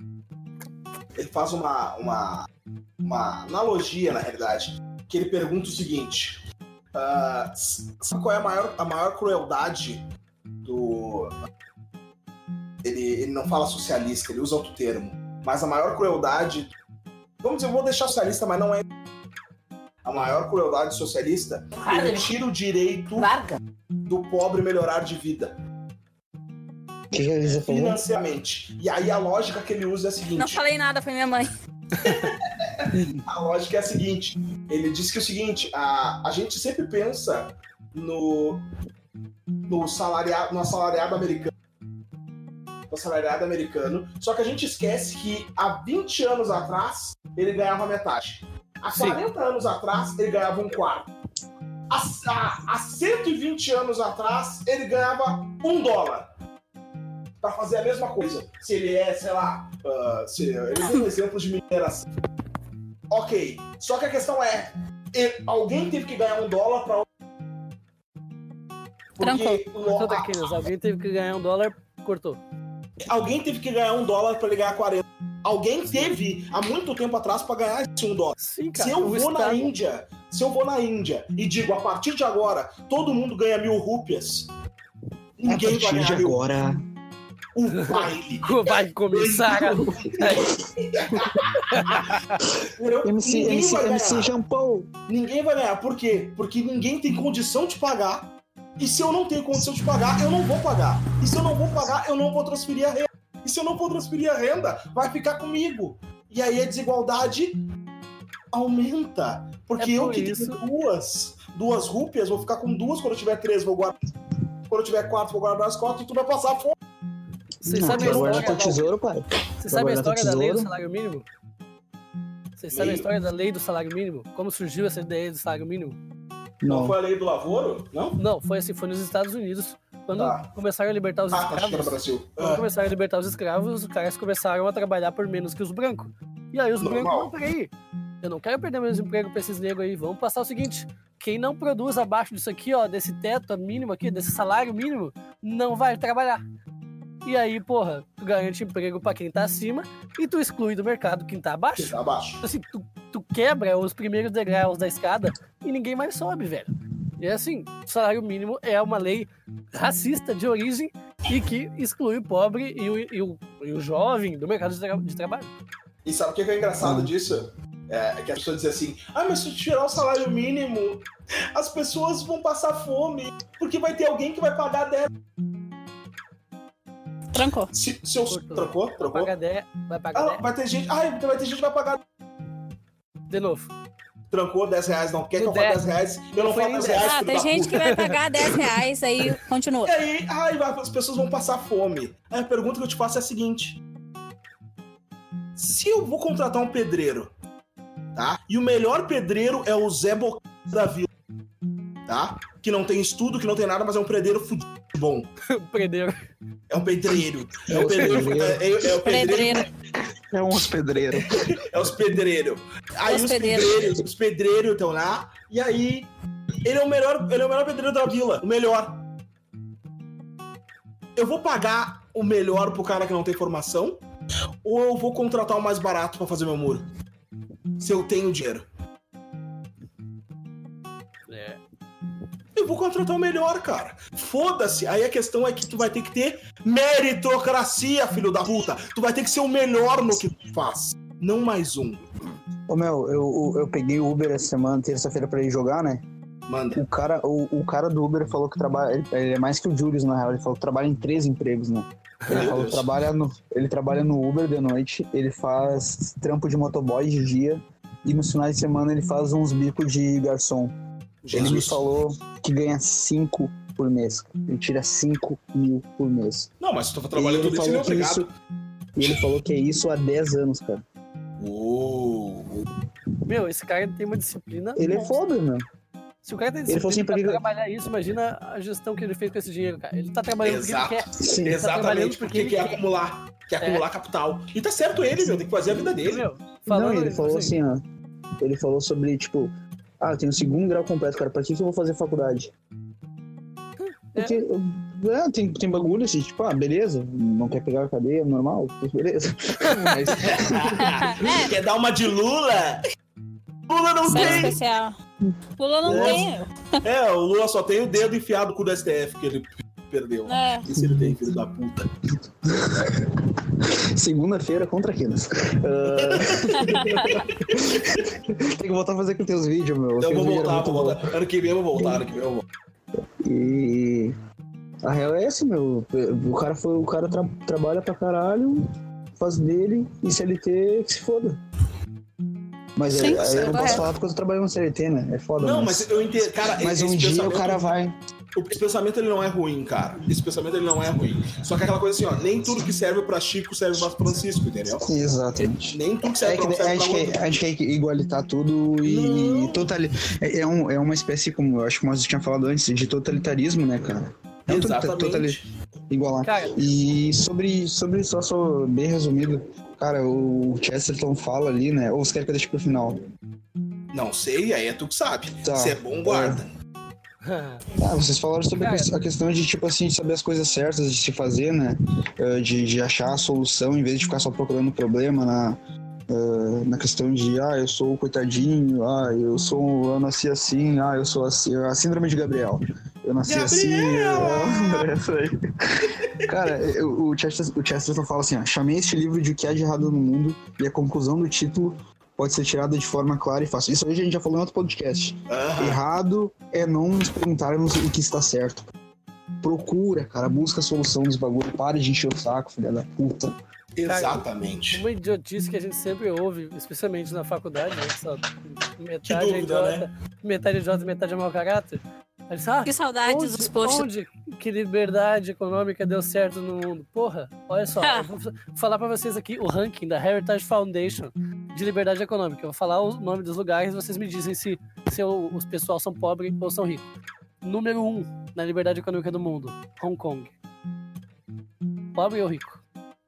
Speaker 1: Ele faz uma, uma, uma analogia, na realidade, que ele pergunta o seguinte: ah, sabe qual é a maior, a maior crueldade do. Ele, ele não fala socialista, ele usa outro termo, mas a maior crueldade. Vamos dizer, eu vou deixar socialista, mas não é. A maior crueldade socialista, ele tira o direito
Speaker 2: Larga.
Speaker 1: do pobre melhorar de vida.
Speaker 3: O que a Elisa falou?
Speaker 1: Financeiramente. E aí a lógica que ele usa é a seguinte.
Speaker 2: Não falei nada, foi minha mãe.
Speaker 1: A lógica é a seguinte. Ele diz que é o seguinte, a, a gente sempre pensa no, no, salariado, no assalariado americano. No assalariado americano. Só que a gente esquece que há vinte anos atrás ele ganhava metade. Há
Speaker 4: Sim.
Speaker 1: quarenta anos atrás ele ganhava um quarto. Há, há, há cento e vinte anos atrás ele ganhava um dólar. Pra fazer a mesma coisa. Se ele é, sei lá, uh, se, ele deu um exemplo de mineração. Ok. Só que a questão é, ele- alguém teve que ganhar um dólar pra... Porque
Speaker 4: Cortou
Speaker 1: o-
Speaker 4: daqueles. Alguém teve que ganhar um dólar, cortou.
Speaker 1: alguém teve que ganhar um dólar pra ele ganhar quarenta. Alguém teve há muito tempo atrás pra ganhar esse um dólar.
Speaker 4: Sim, cara.
Speaker 1: Se eu
Speaker 4: o
Speaker 1: vou na
Speaker 4: Estado-
Speaker 1: Índia, se eu vou na Índia e digo, a partir de agora, todo mundo ganha mil rúpias,
Speaker 3: A
Speaker 1: ninguém vai
Speaker 3: partir de
Speaker 1: ganhar mil.
Speaker 3: agora.
Speaker 1: O baile.
Speaker 4: Vai começar.
Speaker 1: Entendeu?
Speaker 3: M C,
Speaker 1: Ninguém
Speaker 3: MC,
Speaker 1: vai ganhar.
Speaker 3: M C Jampão.
Speaker 1: Ninguém vai ganhar. Por quê? Porque ninguém tem condição de pagar. E se eu não tenho condição de pagar, eu não vou pagar. E se eu não vou pagar, eu não vou transferir a renda. E se eu não vou transferir a renda, vai ficar comigo. E aí a desigualdade aumenta. Porque
Speaker 4: É
Speaker 1: eu
Speaker 4: por
Speaker 1: que
Speaker 4: isso-
Speaker 1: tenho duas, duas rúpias, vou ficar com duas. Quando eu tiver três, vou guardar. Quando eu tiver quatro, vou guardar as quatro e tu vai passar fome.
Speaker 4: Vocês
Speaker 3: Não,
Speaker 4: sabem a
Speaker 3: vai guardar
Speaker 4: história,
Speaker 3: teu tesouro, pai.
Speaker 4: Você sabe a
Speaker 3: guardar teu
Speaker 4: história da lei do
Speaker 3: tesouro?
Speaker 4: salário mínimo? Vocês sabem a
Speaker 1: Lei?
Speaker 4: história da lei do salário mínimo? Como surgiu essa ideia do salário mínimo?
Speaker 1: Não,
Speaker 3: Não.
Speaker 1: foi a lei do lavoro? Não?
Speaker 4: Não, foi assim, foi nos Estados Unidos. Quando
Speaker 1: Tá.
Speaker 4: começaram a libertar os
Speaker 1: Ah, acho que era no
Speaker 4: escravos,
Speaker 1: Brasil.
Speaker 4: quando
Speaker 1: Ah,
Speaker 4: começaram a libertar os escravos, os caras começaram a trabalhar por menos que os brancos. E aí os
Speaker 1: Normal.
Speaker 4: brancos, não, peraí, eu não quero perder meus empregos pra esses negros aí, vamos passar o seguinte, quem não produz abaixo disso aqui, ó, desse teto mínimo aqui, desse salário mínimo, não vai trabalhar. E aí, porra, tu garante emprego pra quem tá acima e tu exclui do mercado quem tá abaixo.
Speaker 1: tá abaixo.
Speaker 4: Assim, tu, tu quebra os primeiros degraus da escada e ninguém mais sobe, velho. E é assim, o salário mínimo é uma lei racista de origem e que exclui o pobre e o, e o, e o jovem do mercado de, tra- de trabalho.
Speaker 1: E sabe o que é engraçado disso? É que as pessoas dizem assim, ah, mas se tu tirar o salário mínimo, as pessoas vão passar fome, porque vai ter alguém que vai pagar dez.
Speaker 2: Trancou.
Speaker 1: Se, se eu...
Speaker 4: Cortou.
Speaker 1: Trocou?
Speaker 4: Vai
Speaker 1: Trocou?
Speaker 4: pagar dez, vai pagar
Speaker 1: Ah,
Speaker 4: dez.
Speaker 1: vai ter gente... Ah, então vai ter gente que vai pagar...
Speaker 4: De novo.
Speaker 1: Trancou dez reais, não quer que
Speaker 4: No
Speaker 1: eu fale
Speaker 4: dez.
Speaker 1: dez reais? Eu não
Speaker 4: Foi
Speaker 1: falo
Speaker 4: em
Speaker 1: dez
Speaker 4: dez.
Speaker 1: reais,
Speaker 2: Ah,
Speaker 1: filho
Speaker 2: tem
Speaker 1: da
Speaker 2: gente
Speaker 1: puta.
Speaker 2: que vai pagar dez reais, aí continua.
Speaker 1: E aí, ai, vai- as pessoas vão passar fome. Aí a pergunta que eu te faço é a seguinte. Se eu vou contratar um pedreiro, tá? E o melhor pedreiro é o Zé Boca da Vila, tá? Que não tem estudo, que não tem nada, mas é um pedreiro fudido bom.
Speaker 4: Prenderam.
Speaker 1: É um pedreiro. É
Speaker 3: É
Speaker 1: um
Speaker 3: os
Speaker 1: pedreiro.
Speaker 3: pedreiros.
Speaker 1: É, é, é o pedreiro.
Speaker 2: Pedreiro.
Speaker 3: É um hospedeiro.
Speaker 1: É os pedreiros. Aí os
Speaker 2: Hospedeiros.
Speaker 1: pedreiros, os pedreiros estão lá, e aí ele é o melhor, ele é o melhor pedreiro da vila, o melhor. Eu vou pagar o melhor pro cara que não tem formação, ou eu vou contratar o mais barato pra fazer meu muro? Se eu tenho dinheiro.
Speaker 4: É.
Speaker 1: Eu vou contratar o melhor, cara. Foda-se. Aí a questão é que tu vai ter que ter meritocracia, filho da puta. Tu vai ter que ser o melhor no que tu faz. Não mais um.
Speaker 3: Ô, meu, eu, eu peguei o Uber essa semana, terça-feira, pra ir jogar, né?
Speaker 1: Manda.
Speaker 3: O cara, o, o cara do Uber falou que trabalha... Ele, ele é mais que o Julius, na real. Ele falou que trabalha em três empregos, né? Ele
Speaker 1: Meu
Speaker 3: falou que
Speaker 1: Deus.
Speaker 3: trabalha no, ele trabalha no Uber de noite, ele faz trampo de motoboy de dia e nos finais de semana ele faz uns bicos de garçom. Ele me
Speaker 1: Jesus.
Speaker 3: falou que ganha cinco por mês. Ele tira cinco mil por mês.
Speaker 1: Não, mas tu tá
Speaker 3: E
Speaker 1: trabalhando
Speaker 3: ele
Speaker 1: tudo isso, ele é
Speaker 3: falou que
Speaker 1: obrigado.
Speaker 3: isso, e ele falou que é isso há dez anos, cara.
Speaker 1: Uou.
Speaker 4: Meu, esse cara tem uma disciplina.
Speaker 3: Ele é
Speaker 4: monstra.
Speaker 3: foda, meu.
Speaker 4: Se o cara tem
Speaker 3: Ele falou assim,
Speaker 4: disciplina
Speaker 3: pra
Speaker 4: pra
Speaker 3: que-
Speaker 4: trabalhar isso, imagina a gestão que ele fez com esse dinheiro, cara. Ele tá trabalhando porque ele
Speaker 1: Exato.
Speaker 4: quer.
Speaker 3: Sim.
Speaker 4: Ele tá trabalhando
Speaker 1: Exatamente,
Speaker 4: porque
Speaker 1: porque
Speaker 4: ele
Speaker 1: quer
Speaker 4: quer.
Speaker 1: acumular. Quer
Speaker 4: É.
Speaker 1: acumular capital. E tá certo ele, meu, tem que fazer a vida dele.
Speaker 4: Meu,
Speaker 3: Não,
Speaker 4: falando
Speaker 3: ele falou
Speaker 4: assim,
Speaker 3: assim, ó. Ele falou sobre, tipo, ah, eu tenho segundo grau completo, cara. Pra que, que eu vou fazer faculdade? Porque, é, tem, tem bagulho assim, tipo, ah, beleza, não quer pegar a cadeia, normal, beleza. Mas,
Speaker 2: É,
Speaker 1: Quer dar uma de Lula? Lula não
Speaker 2: série
Speaker 1: tem.
Speaker 2: especial. Lula não
Speaker 1: É.
Speaker 2: tem.
Speaker 1: É, o Lula só tem o dedo enfiado com o do S T F que ele perdeu.
Speaker 2: É.
Speaker 1: Isso ele tem, filho da puta.
Speaker 3: segunda-feira contra Quinas. Ah, tem que voltar a fazer com teus vídeos, meu.
Speaker 1: Eu
Speaker 3: Teus
Speaker 1: vou
Speaker 3: vídeos eram
Speaker 1: voltar,
Speaker 3: muito
Speaker 1: vou
Speaker 3: bons.
Speaker 1: voltar. Ano que vem eu vou voltar, ano que vem eu vou.
Speaker 3: E a real é essa, meu. O cara, foi, o cara tra- trabalha pra caralho, faz dele e C L T que se foda. Mas
Speaker 2: Sim,
Speaker 3: é,
Speaker 2: sim,
Speaker 3: eu não posso
Speaker 2: correto.
Speaker 3: falar porque eu tô trabalhando no C L T, né? É foda,
Speaker 1: Não, mas eu entendo. Cara,
Speaker 3: mas
Speaker 1: esse
Speaker 3: um dia o
Speaker 1: pensamento-
Speaker 3: cara vai.
Speaker 1: Esse pensamento ele não é ruim, cara. Esse pensamento ele não é ruim. Só que aquela coisa assim, ó, nem tudo que serve pra Chico serve pra Francisco, entendeu?
Speaker 3: Exatamente.
Speaker 1: Nem tudo que
Speaker 3: É
Speaker 1: serve
Speaker 3: que
Speaker 1: pra um
Speaker 3: a
Speaker 1: serve
Speaker 3: gente,
Speaker 1: pra
Speaker 3: quer,
Speaker 1: outro.
Speaker 3: a gente quer igualitar tudo e,
Speaker 1: Não.
Speaker 3: e totali... é, é, um, é uma espécie, como eu acho que o Márcio tinha falado antes, de totalitarismo, né, cara? É um tota-
Speaker 1: Exatamente.
Speaker 3: totali- igualar.
Speaker 4: Cara,
Speaker 3: E sobre, sobre só, só bem resumido, cara, o Chesterton fala ali, né? Ou você quer que eu deixe pro final?
Speaker 1: Não sei, aí é tu que sabe.
Speaker 3: Tá.
Speaker 1: Se é bom, guarda.
Speaker 3: Ah, vocês falaram sobre a,
Speaker 4: Cara.
Speaker 3: a questão de, tipo assim, de saber as coisas certas de se fazer, né? Uh, De, de achar a solução em vez de ficar só procurando problema na, uh, na questão de, ah, eu sou o coitadinho, ah, eu sou, eu nasci assim, ah, eu sou assim, a síndrome de Gabriel. Eu nasci
Speaker 1: Gabriel!
Speaker 3: assim, é isso aí. Cara, eu- o Chesterton, o Chesterton fala assim, ó, chamei este livro de O que há de errado no mundo e a conclusão do título pode ser tirada de forma clara e fácil. Isso aí a gente já falou em outro podcast.
Speaker 1: Aham.
Speaker 3: Errado é não nos perguntarmos o que está certo. Procura, cara, busca a solução dos bagulhos. Para de encher o saco, filha da puta.
Speaker 1: Exatamente.
Speaker 4: Uma idiotice que a gente sempre ouve, especialmente na faculdade, né? Que só metade
Speaker 1: Que
Speaker 4: é
Speaker 1: dúvida,
Speaker 4: idiota,
Speaker 1: né?
Speaker 4: metade é idiota, metade é mau caráter. Aí diz, ah,
Speaker 2: Que saudades
Speaker 4: onde,
Speaker 2: dos posts.
Speaker 4: onde que liberdade econômica deu certo no mundo? Porra, olha só, eu vou falar pra vocês aqui o ranking da Heritage Foundation de liberdade econômica. Eu vou falar o nome dos lugares e vocês me dizem se, se o- os pessoal são pobres ou são ricos. Número um na liberdade econômica do mundo, Hong Kong. Pobre ou rico?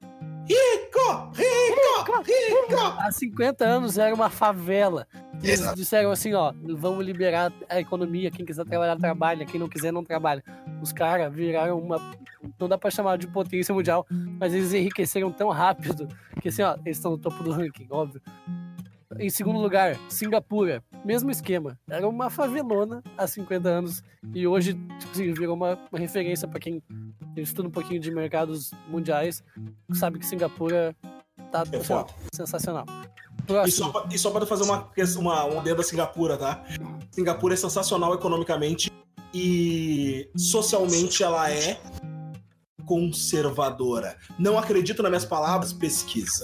Speaker 1: Rico! Rico! Rico!
Speaker 4: Há cinquenta anos era uma favela. E eles
Speaker 1: Exato.
Speaker 4: disseram assim, ó, vamos liberar a economia, quem quiser trabalhar, trabalha, quem não quiser, não trabalha. Os caras viraram uma... Não dá pra chamar de potência mundial, mas eles enriqueceram tão rápido que assim, ó, eles estão no topo do ranking, óbvio. Em segundo lugar, Singapura. Mesmo esquema. Era uma favelona há cinquenta anos e hoje, tipo assim, virou uma, uma referência pra quem estuda um pouquinho de mercados mundiais, sabe que Singapura tá
Speaker 1: É
Speaker 4: assim, ó,
Speaker 1: foda.
Speaker 4: sensacional.
Speaker 1: E
Speaker 4: Próximo.
Speaker 1: só, pra, e só pra fazer uma, uma, uma dedo da Singapura, tá? Singapura é sensacional economicamente e socialmente ela é conservadora. Não acredito nas minhas palavras, pesquisa.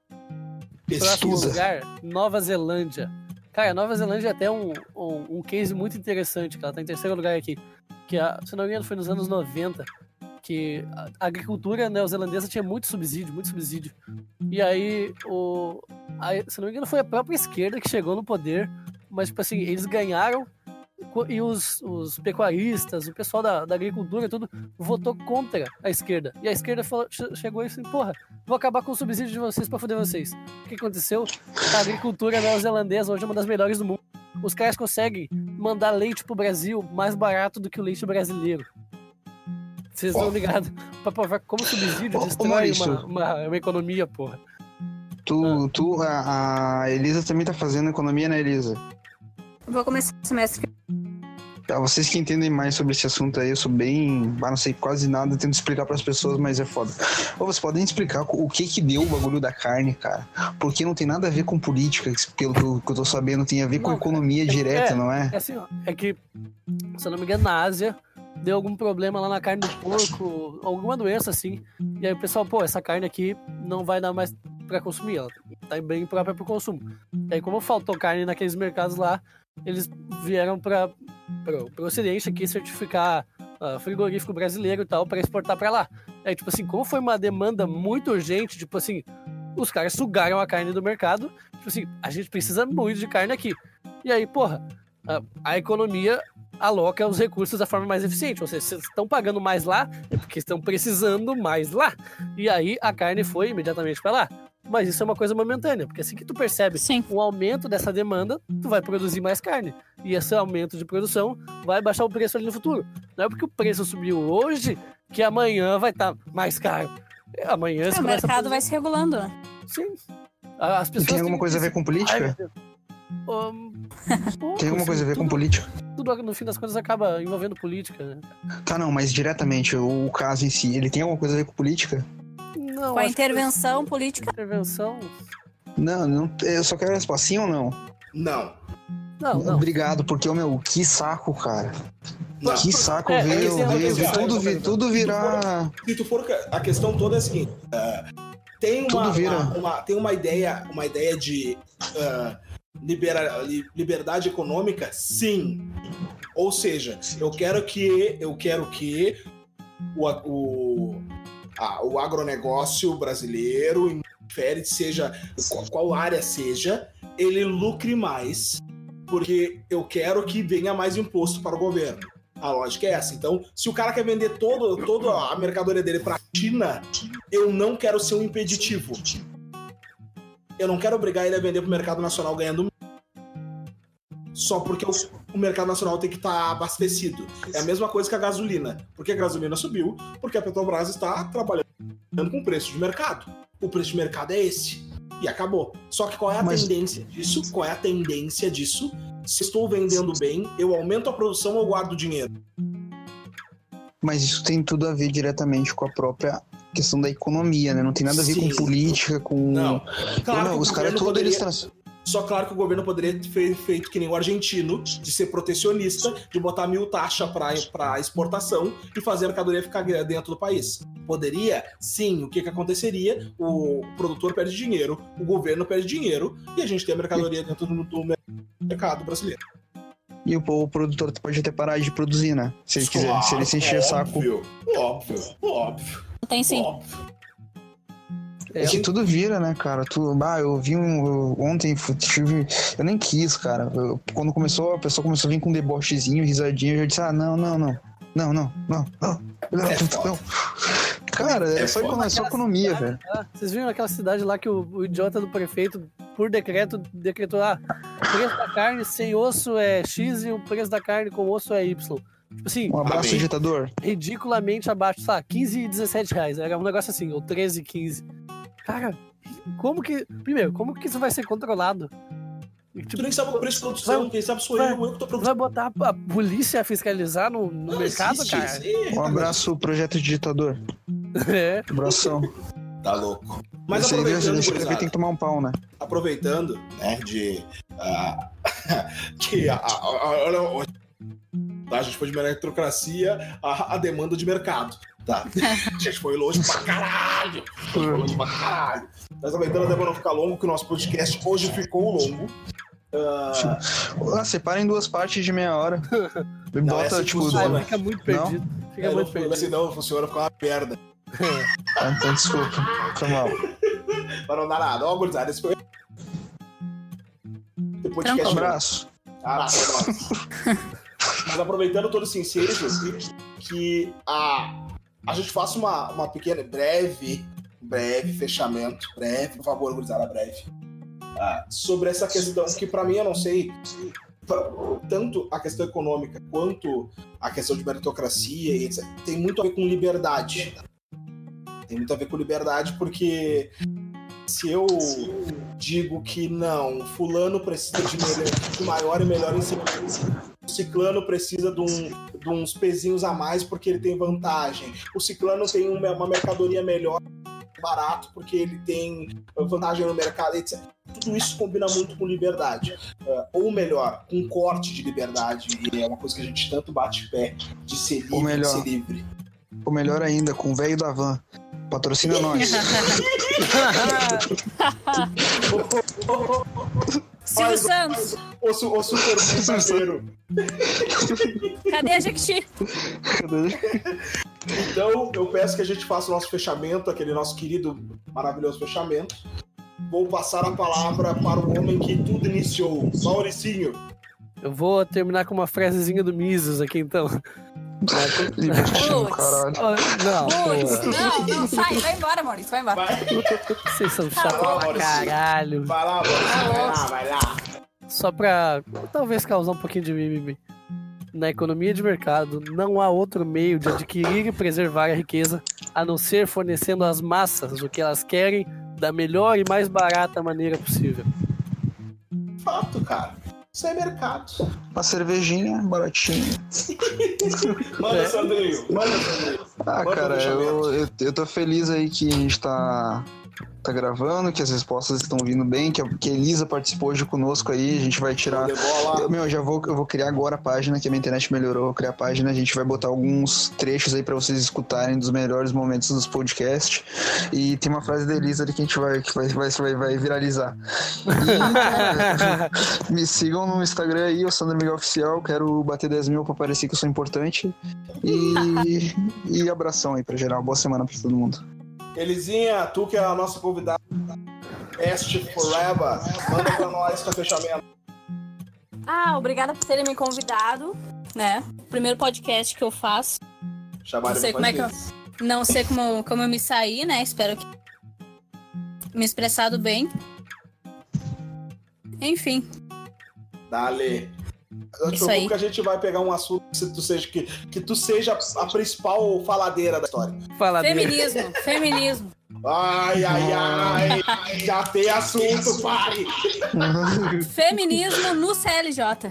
Speaker 4: Próximo
Speaker 1: Pesquisa.
Speaker 4: lugar, Nova Zelândia. Cara, Nova Zelândia é até um, um, um case muito interessante, que ela tá em terceiro lugar aqui. Que, a, se não me engano, foi nos anos noventa, que a agricultura neozelandesa tinha muito subsídio, muito subsídio. E aí, o, a, se não me engano, foi a própria esquerda que chegou no poder, mas, tipo assim, eles ganharam e os, os pecuaristas, o pessoal da, da agricultura, tudo, votou contra a esquerda. E a esquerda falou, che- chegou e assim, porra, vou acabar com o subsídio de vocês pra foder vocês. O que aconteceu? A agricultura neozelandesa hoje é uma das melhores do mundo. Os caras conseguem mandar leite pro Brasil mais barato do que o leite brasileiro. Vocês estão ligados? Pra provar como o subsídio
Speaker 3: Ô, ô,
Speaker 4: destrói
Speaker 3: Maurício.
Speaker 4: uma, uma, uma economia, porra.
Speaker 3: Tu, tu a, a Elisa também tá fazendo economia, né, Elisa?
Speaker 2: Vou começar o semestre.
Speaker 3: Tá, vocês que entendem mais sobre esse assunto aí, eu sou bem... Ah, não sei quase nada, tento explicar pras pessoas, mas é foda. Ô, vocês podem explicar o que que deu o bagulho da carne, cara? Porque não tem nada a ver com política, pelo que eu, que eu tô sabendo, tem a ver com
Speaker 4: Não,
Speaker 3: economia direta,
Speaker 4: é,
Speaker 3: não é?
Speaker 4: É assim, ó, é que, se eu não me engano, na Ásia, deu algum problema lá na carne do porco, alguma doença assim, e aí o pessoal, pô, essa carne aqui não vai dar mais pra consumir, ela tá bem própria pro consumo. E aí, como faltou carne naqueles mercados lá, eles vieram para o Ocidente aqui certificar uh, frigorífico brasileiro e tal para exportar para lá. Aí, tipo assim, como foi uma demanda muito urgente, tipo assim, os caras sugaram a carne do mercado, tipo assim, a gente precisa muito de carne aqui. E aí, porra, a, a economia aloca os recursos da forma mais eficiente. Ou seja, vocês estão pagando mais lá, é porque estão precisando mais lá. E aí a carne foi imediatamente para lá. Mas isso é uma coisa momentânea, porque assim que tu percebe
Speaker 2: Sim.
Speaker 4: um aumento dessa demanda, tu vai produzir mais carne. E esse aumento de produção vai baixar o preço ali no futuro. Não é porque o preço subiu hoje que amanhã vai estar mais caro. Amanhã
Speaker 2: É,
Speaker 4: você
Speaker 2: o
Speaker 4: começa a
Speaker 2: mercado
Speaker 4: produzir-
Speaker 2: vai se regulando, né?
Speaker 4: Sim. As pessoas
Speaker 3: Tem alguma
Speaker 4: têm
Speaker 3: coisa a ver
Speaker 4: esse-
Speaker 3: com política?
Speaker 4: Ai, meu Deus. Um, pouco,
Speaker 3: Tem alguma
Speaker 4: assim,
Speaker 3: coisa a ver com
Speaker 4: tudo-
Speaker 3: política?
Speaker 4: Tudo, no fim das contas, acaba envolvendo política, né?
Speaker 3: Tá, não, mas diretamente, o caso em si, ele tem alguma coisa a ver com política?
Speaker 4: Não,
Speaker 2: Com a
Speaker 4: acho que
Speaker 2: intervenção política.
Speaker 4: intervenção...
Speaker 3: Não, não, eu só quero resposta, sim ou não?
Speaker 1: Não.
Speaker 4: Não, não.
Speaker 3: Obrigado, porque, ô, meu, que saco, cara.
Speaker 1: Não.
Speaker 3: Que saco
Speaker 4: É,
Speaker 3: ver,
Speaker 4: esse é o
Speaker 3: ver,
Speaker 4: que
Speaker 3: ver
Speaker 4: eu
Speaker 3: tudo,
Speaker 4: ia
Speaker 3: vi- tudo virar...
Speaker 1: Se tu for, a questão toda é a seguinte: ah, tem uma,
Speaker 3: Tudo vira.
Speaker 1: uma- uma- tem uma ideia, uma ideia de ah, libera- li- liberdade econômica, sim. Ou seja, eu quero que eu quero que o, o, a- o agronegócio brasileiro, infere seja qual, qual área seja, ele lucre mais, porque eu quero que venha mais imposto para o governo. A lógica é essa. Então, se o cara quer vender todo, toda a mercadoria dele para a China, eu não quero ser um impeditivo. Eu não quero obrigar ele a vender para o mercado nacional ganhando. só porque o, o mercado nacional tem que estar abastecido. É a mesma coisa que a gasolina. Por que a gasolina subiu? Porque a Petrobras está trabalhando com preço de mercado. O preço de mercado é esse. E acabou. Só que qual é a Mas... tendência disso? Qual é a tendência disso? Se estou vendendo bem, eu aumento a produção ou guardo dinheiro?
Speaker 3: Mas isso tem tudo a ver diretamente com a própria questão da economia, né? Não tem nada a ver Sim. com política, com...
Speaker 1: Não. Claro
Speaker 3: não, os caras todos
Speaker 1: poderia...
Speaker 3: eles... Trans...
Speaker 1: Só claro que o governo poderia ter feito que nem o argentino, de ser protecionista, de botar mil taxas para exportação e fazer a mercadoria ficar dentro do país. Poderia? Sim. O que, que aconteceria? O produtor perde dinheiro, o governo perde dinheiro e a gente tem a mercadoria dentro do, do mercado brasileiro.
Speaker 3: E o, o produtor pode até parar de produzir, né? Se ele quiser,
Speaker 1: claro,
Speaker 3: se ele se encher saco.
Speaker 1: Óbvio, óbvio, óbvio.
Speaker 2: Tem sim.
Speaker 1: Óbvio.
Speaker 3: É que tudo vira, né, cara? Tu, ah, eu vi um. Eu, ontem tive. Eu nem quis, cara. Eu, quando começou, a pessoa começou a vir com um debochezinho, risadinho, eu já disse, ah, não, não, não. Não, não, não, não. Não,
Speaker 1: é
Speaker 3: não. Cara, é, é só, é só economia,
Speaker 4: cidade,
Speaker 3: velho.
Speaker 4: Ah, vocês viram aquela cidade lá que o, o idiota do prefeito, por decreto, decretou: ah, o preço da carne sem osso é X e o preço da carne com osso é Y. Tipo assim,
Speaker 3: um abraço, amém. Ditador.
Speaker 4: Ridiculamente abaixo, sabe? quinze e dezessete reais. Era um negócio assim, ou treze e quinze. Cara, como que. Primeiro, como que isso vai ser controlado?
Speaker 1: Tipo, tu nem sabe o preço de produção, vai, quem sabe sou vai, eu, eu que tô produzindo.
Speaker 4: Vai botar a polícia a fiscalizar no, no não mercado, existe, cara?
Speaker 3: Existe. Um abraço, projeto de ditador.
Speaker 4: É.
Speaker 3: Abração.
Speaker 1: Tá louco. Mas
Speaker 3: Esse
Speaker 1: aproveitando,
Speaker 3: esse prefeito tem que tomar um pau, né?
Speaker 1: Aproveitando, né, de... Uh, que a, a, a, a, a gente foi de meritocracia a, a demanda de mercado. Tá. A gente foi longe pra caralho. Foi longe pra caralho. Mas aproveitando até pra não ficar longo, que o nosso podcast hoje ficou longo.
Speaker 3: Uh... Ah, separa em duas partes de meia hora. Me
Speaker 1: não,
Speaker 3: bota,
Speaker 1: é
Speaker 3: tipo,
Speaker 4: funciona. Fica muito perdido.
Speaker 3: Não?
Speaker 4: Fica
Speaker 1: é,
Speaker 4: muito
Speaker 1: não,
Speaker 4: perdido.
Speaker 1: Assim não funciona, fica uma perda.
Speaker 3: Ah, então desculpa. Foi mal.
Speaker 1: Mas não dá nada. Ó, gurizada, esse foi. Depois
Speaker 3: de um abraço.
Speaker 1: Abraço. Mas aproveitando todo esse ensejo, que a, a gente faça uma, uma pequena, breve, breve fechamento, breve, por favor, gurizada, breve, uh, sobre essa questão que, pra mim, eu não sei, tanto a questão econômica quanto a questão de meritocracia e etcétera, tem muito a ver com liberdade. Tem muito a ver com liberdade, porque se eu digo que não, fulano precisa de, melhor, de maior e melhor ensino, o ciclano precisa de, um, de uns pezinhos a mais porque ele tem vantagem, o ciclano tem uma, uma mercadoria melhor, barato porque ele tem vantagem no mercado, etcétera. Tudo isso combina muito com liberdade, uh, ou melhor, com corte de liberdade, e é uma coisa que a gente tanto bate pé, de ser livre,
Speaker 3: melhor,
Speaker 1: de ser livre.
Speaker 3: Ou melhor ainda, com o velho da van. Patrocina nós.
Speaker 2: Silvio Santos.
Speaker 1: O, o, o super brasileiro.
Speaker 2: Cadê a Jequiti?
Speaker 1: Então, eu peço que a gente faça o nosso fechamento, aquele nosso querido, maravilhoso fechamento. Vou passar a palavra para o homem que tudo iniciou, Mauricinho.
Speaker 4: Eu vou terminar com uma frasezinha do Mises aqui, então.
Speaker 3: Libertino, caralho.
Speaker 4: Não,
Speaker 2: não, não, sai, vai embora, Maurício, vai embora.
Speaker 1: Vai.
Speaker 4: Vocês são chatos pra caralho.
Speaker 1: Vai lá, Maurício, vai lá, vai lá.
Speaker 4: Só pra talvez causar um pouquinho de mimimi. Na economia de mercado, não há outro meio de adquirir e preservar a riqueza a não ser fornecendo às massas o que elas querem da melhor e mais barata maneira possível.
Speaker 1: Fato, cara. Isso é mercado.
Speaker 3: Uma cervejinha baratinha.
Speaker 1: Manda, é. Sandrinho. Manda, Sandrinho.
Speaker 3: Ah,
Speaker 1: Manda,
Speaker 3: cara, eu, eu, eu tô feliz aí que a gente tá, tá gravando, que as respostas estão vindo bem, que a, que a Elisa participou hoje conosco aí, a gente vai tirar... Eu, meu, já vou, eu vou criar agora a página, que a minha internet melhorou, eu vou criar a página, a gente vai botar alguns trechos aí pra vocês escutarem dos melhores momentos dos podcasts, e tem uma frase da Elisa ali que a gente vai, que vai, vai, vai, vai viralizar. E, me sigam no Instagram aí, o Sandro Miguel Oficial, quero bater dez mil pra parecer que eu sou importante, e, e abração aí pra geral, boa semana pra todo mundo.
Speaker 1: Elisinha, tu que é a nossa convidada, Best Forever, manda pra nós com o fechamento.
Speaker 2: Ah, obrigada por terem me convidado, né? Primeiro podcast que eu faço.
Speaker 1: Chamaram
Speaker 2: não sei como é que eu, não sei como, como eu me saí, né? Espero que me expressado bem. Enfim.
Speaker 1: Dale. Não te preocupe que a gente vai pegar um assunto que tu seja, que, que tu seja a principal faladeira da história.
Speaker 4: Faladeira.
Speaker 2: Feminismo, feminismo.
Speaker 1: Ai, ai, ai. Já tem assunto, pai.
Speaker 2: Feminismo no C L J.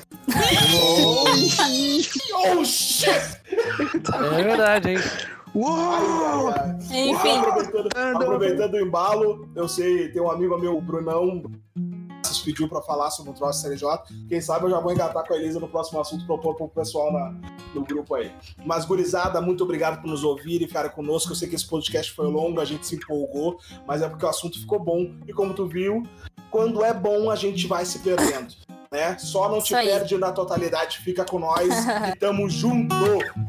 Speaker 1: Oh, shit.
Speaker 4: É verdade, hein?
Speaker 3: Uou!
Speaker 1: Ai, ai, ai.
Speaker 2: Enfim.
Speaker 1: Aproveitando, aproveitando o embalo, eu sei, tem um amigo meu, o Brunão, pediu pra falar sobre o troço C L J. Quem sabe eu já vou engatar com a Elisa no próximo assunto, propor pro pessoal na, no grupo aí. Mas, gurizada, muito obrigado por nos ouvir e ficarem conosco. Eu sei que esse podcast foi longo, a gente se empolgou, mas é porque o assunto ficou bom. E como tu viu, quando é bom, a gente vai se perdendo. Né? Só não te perde na totalidade, fica com nós e tamo junto!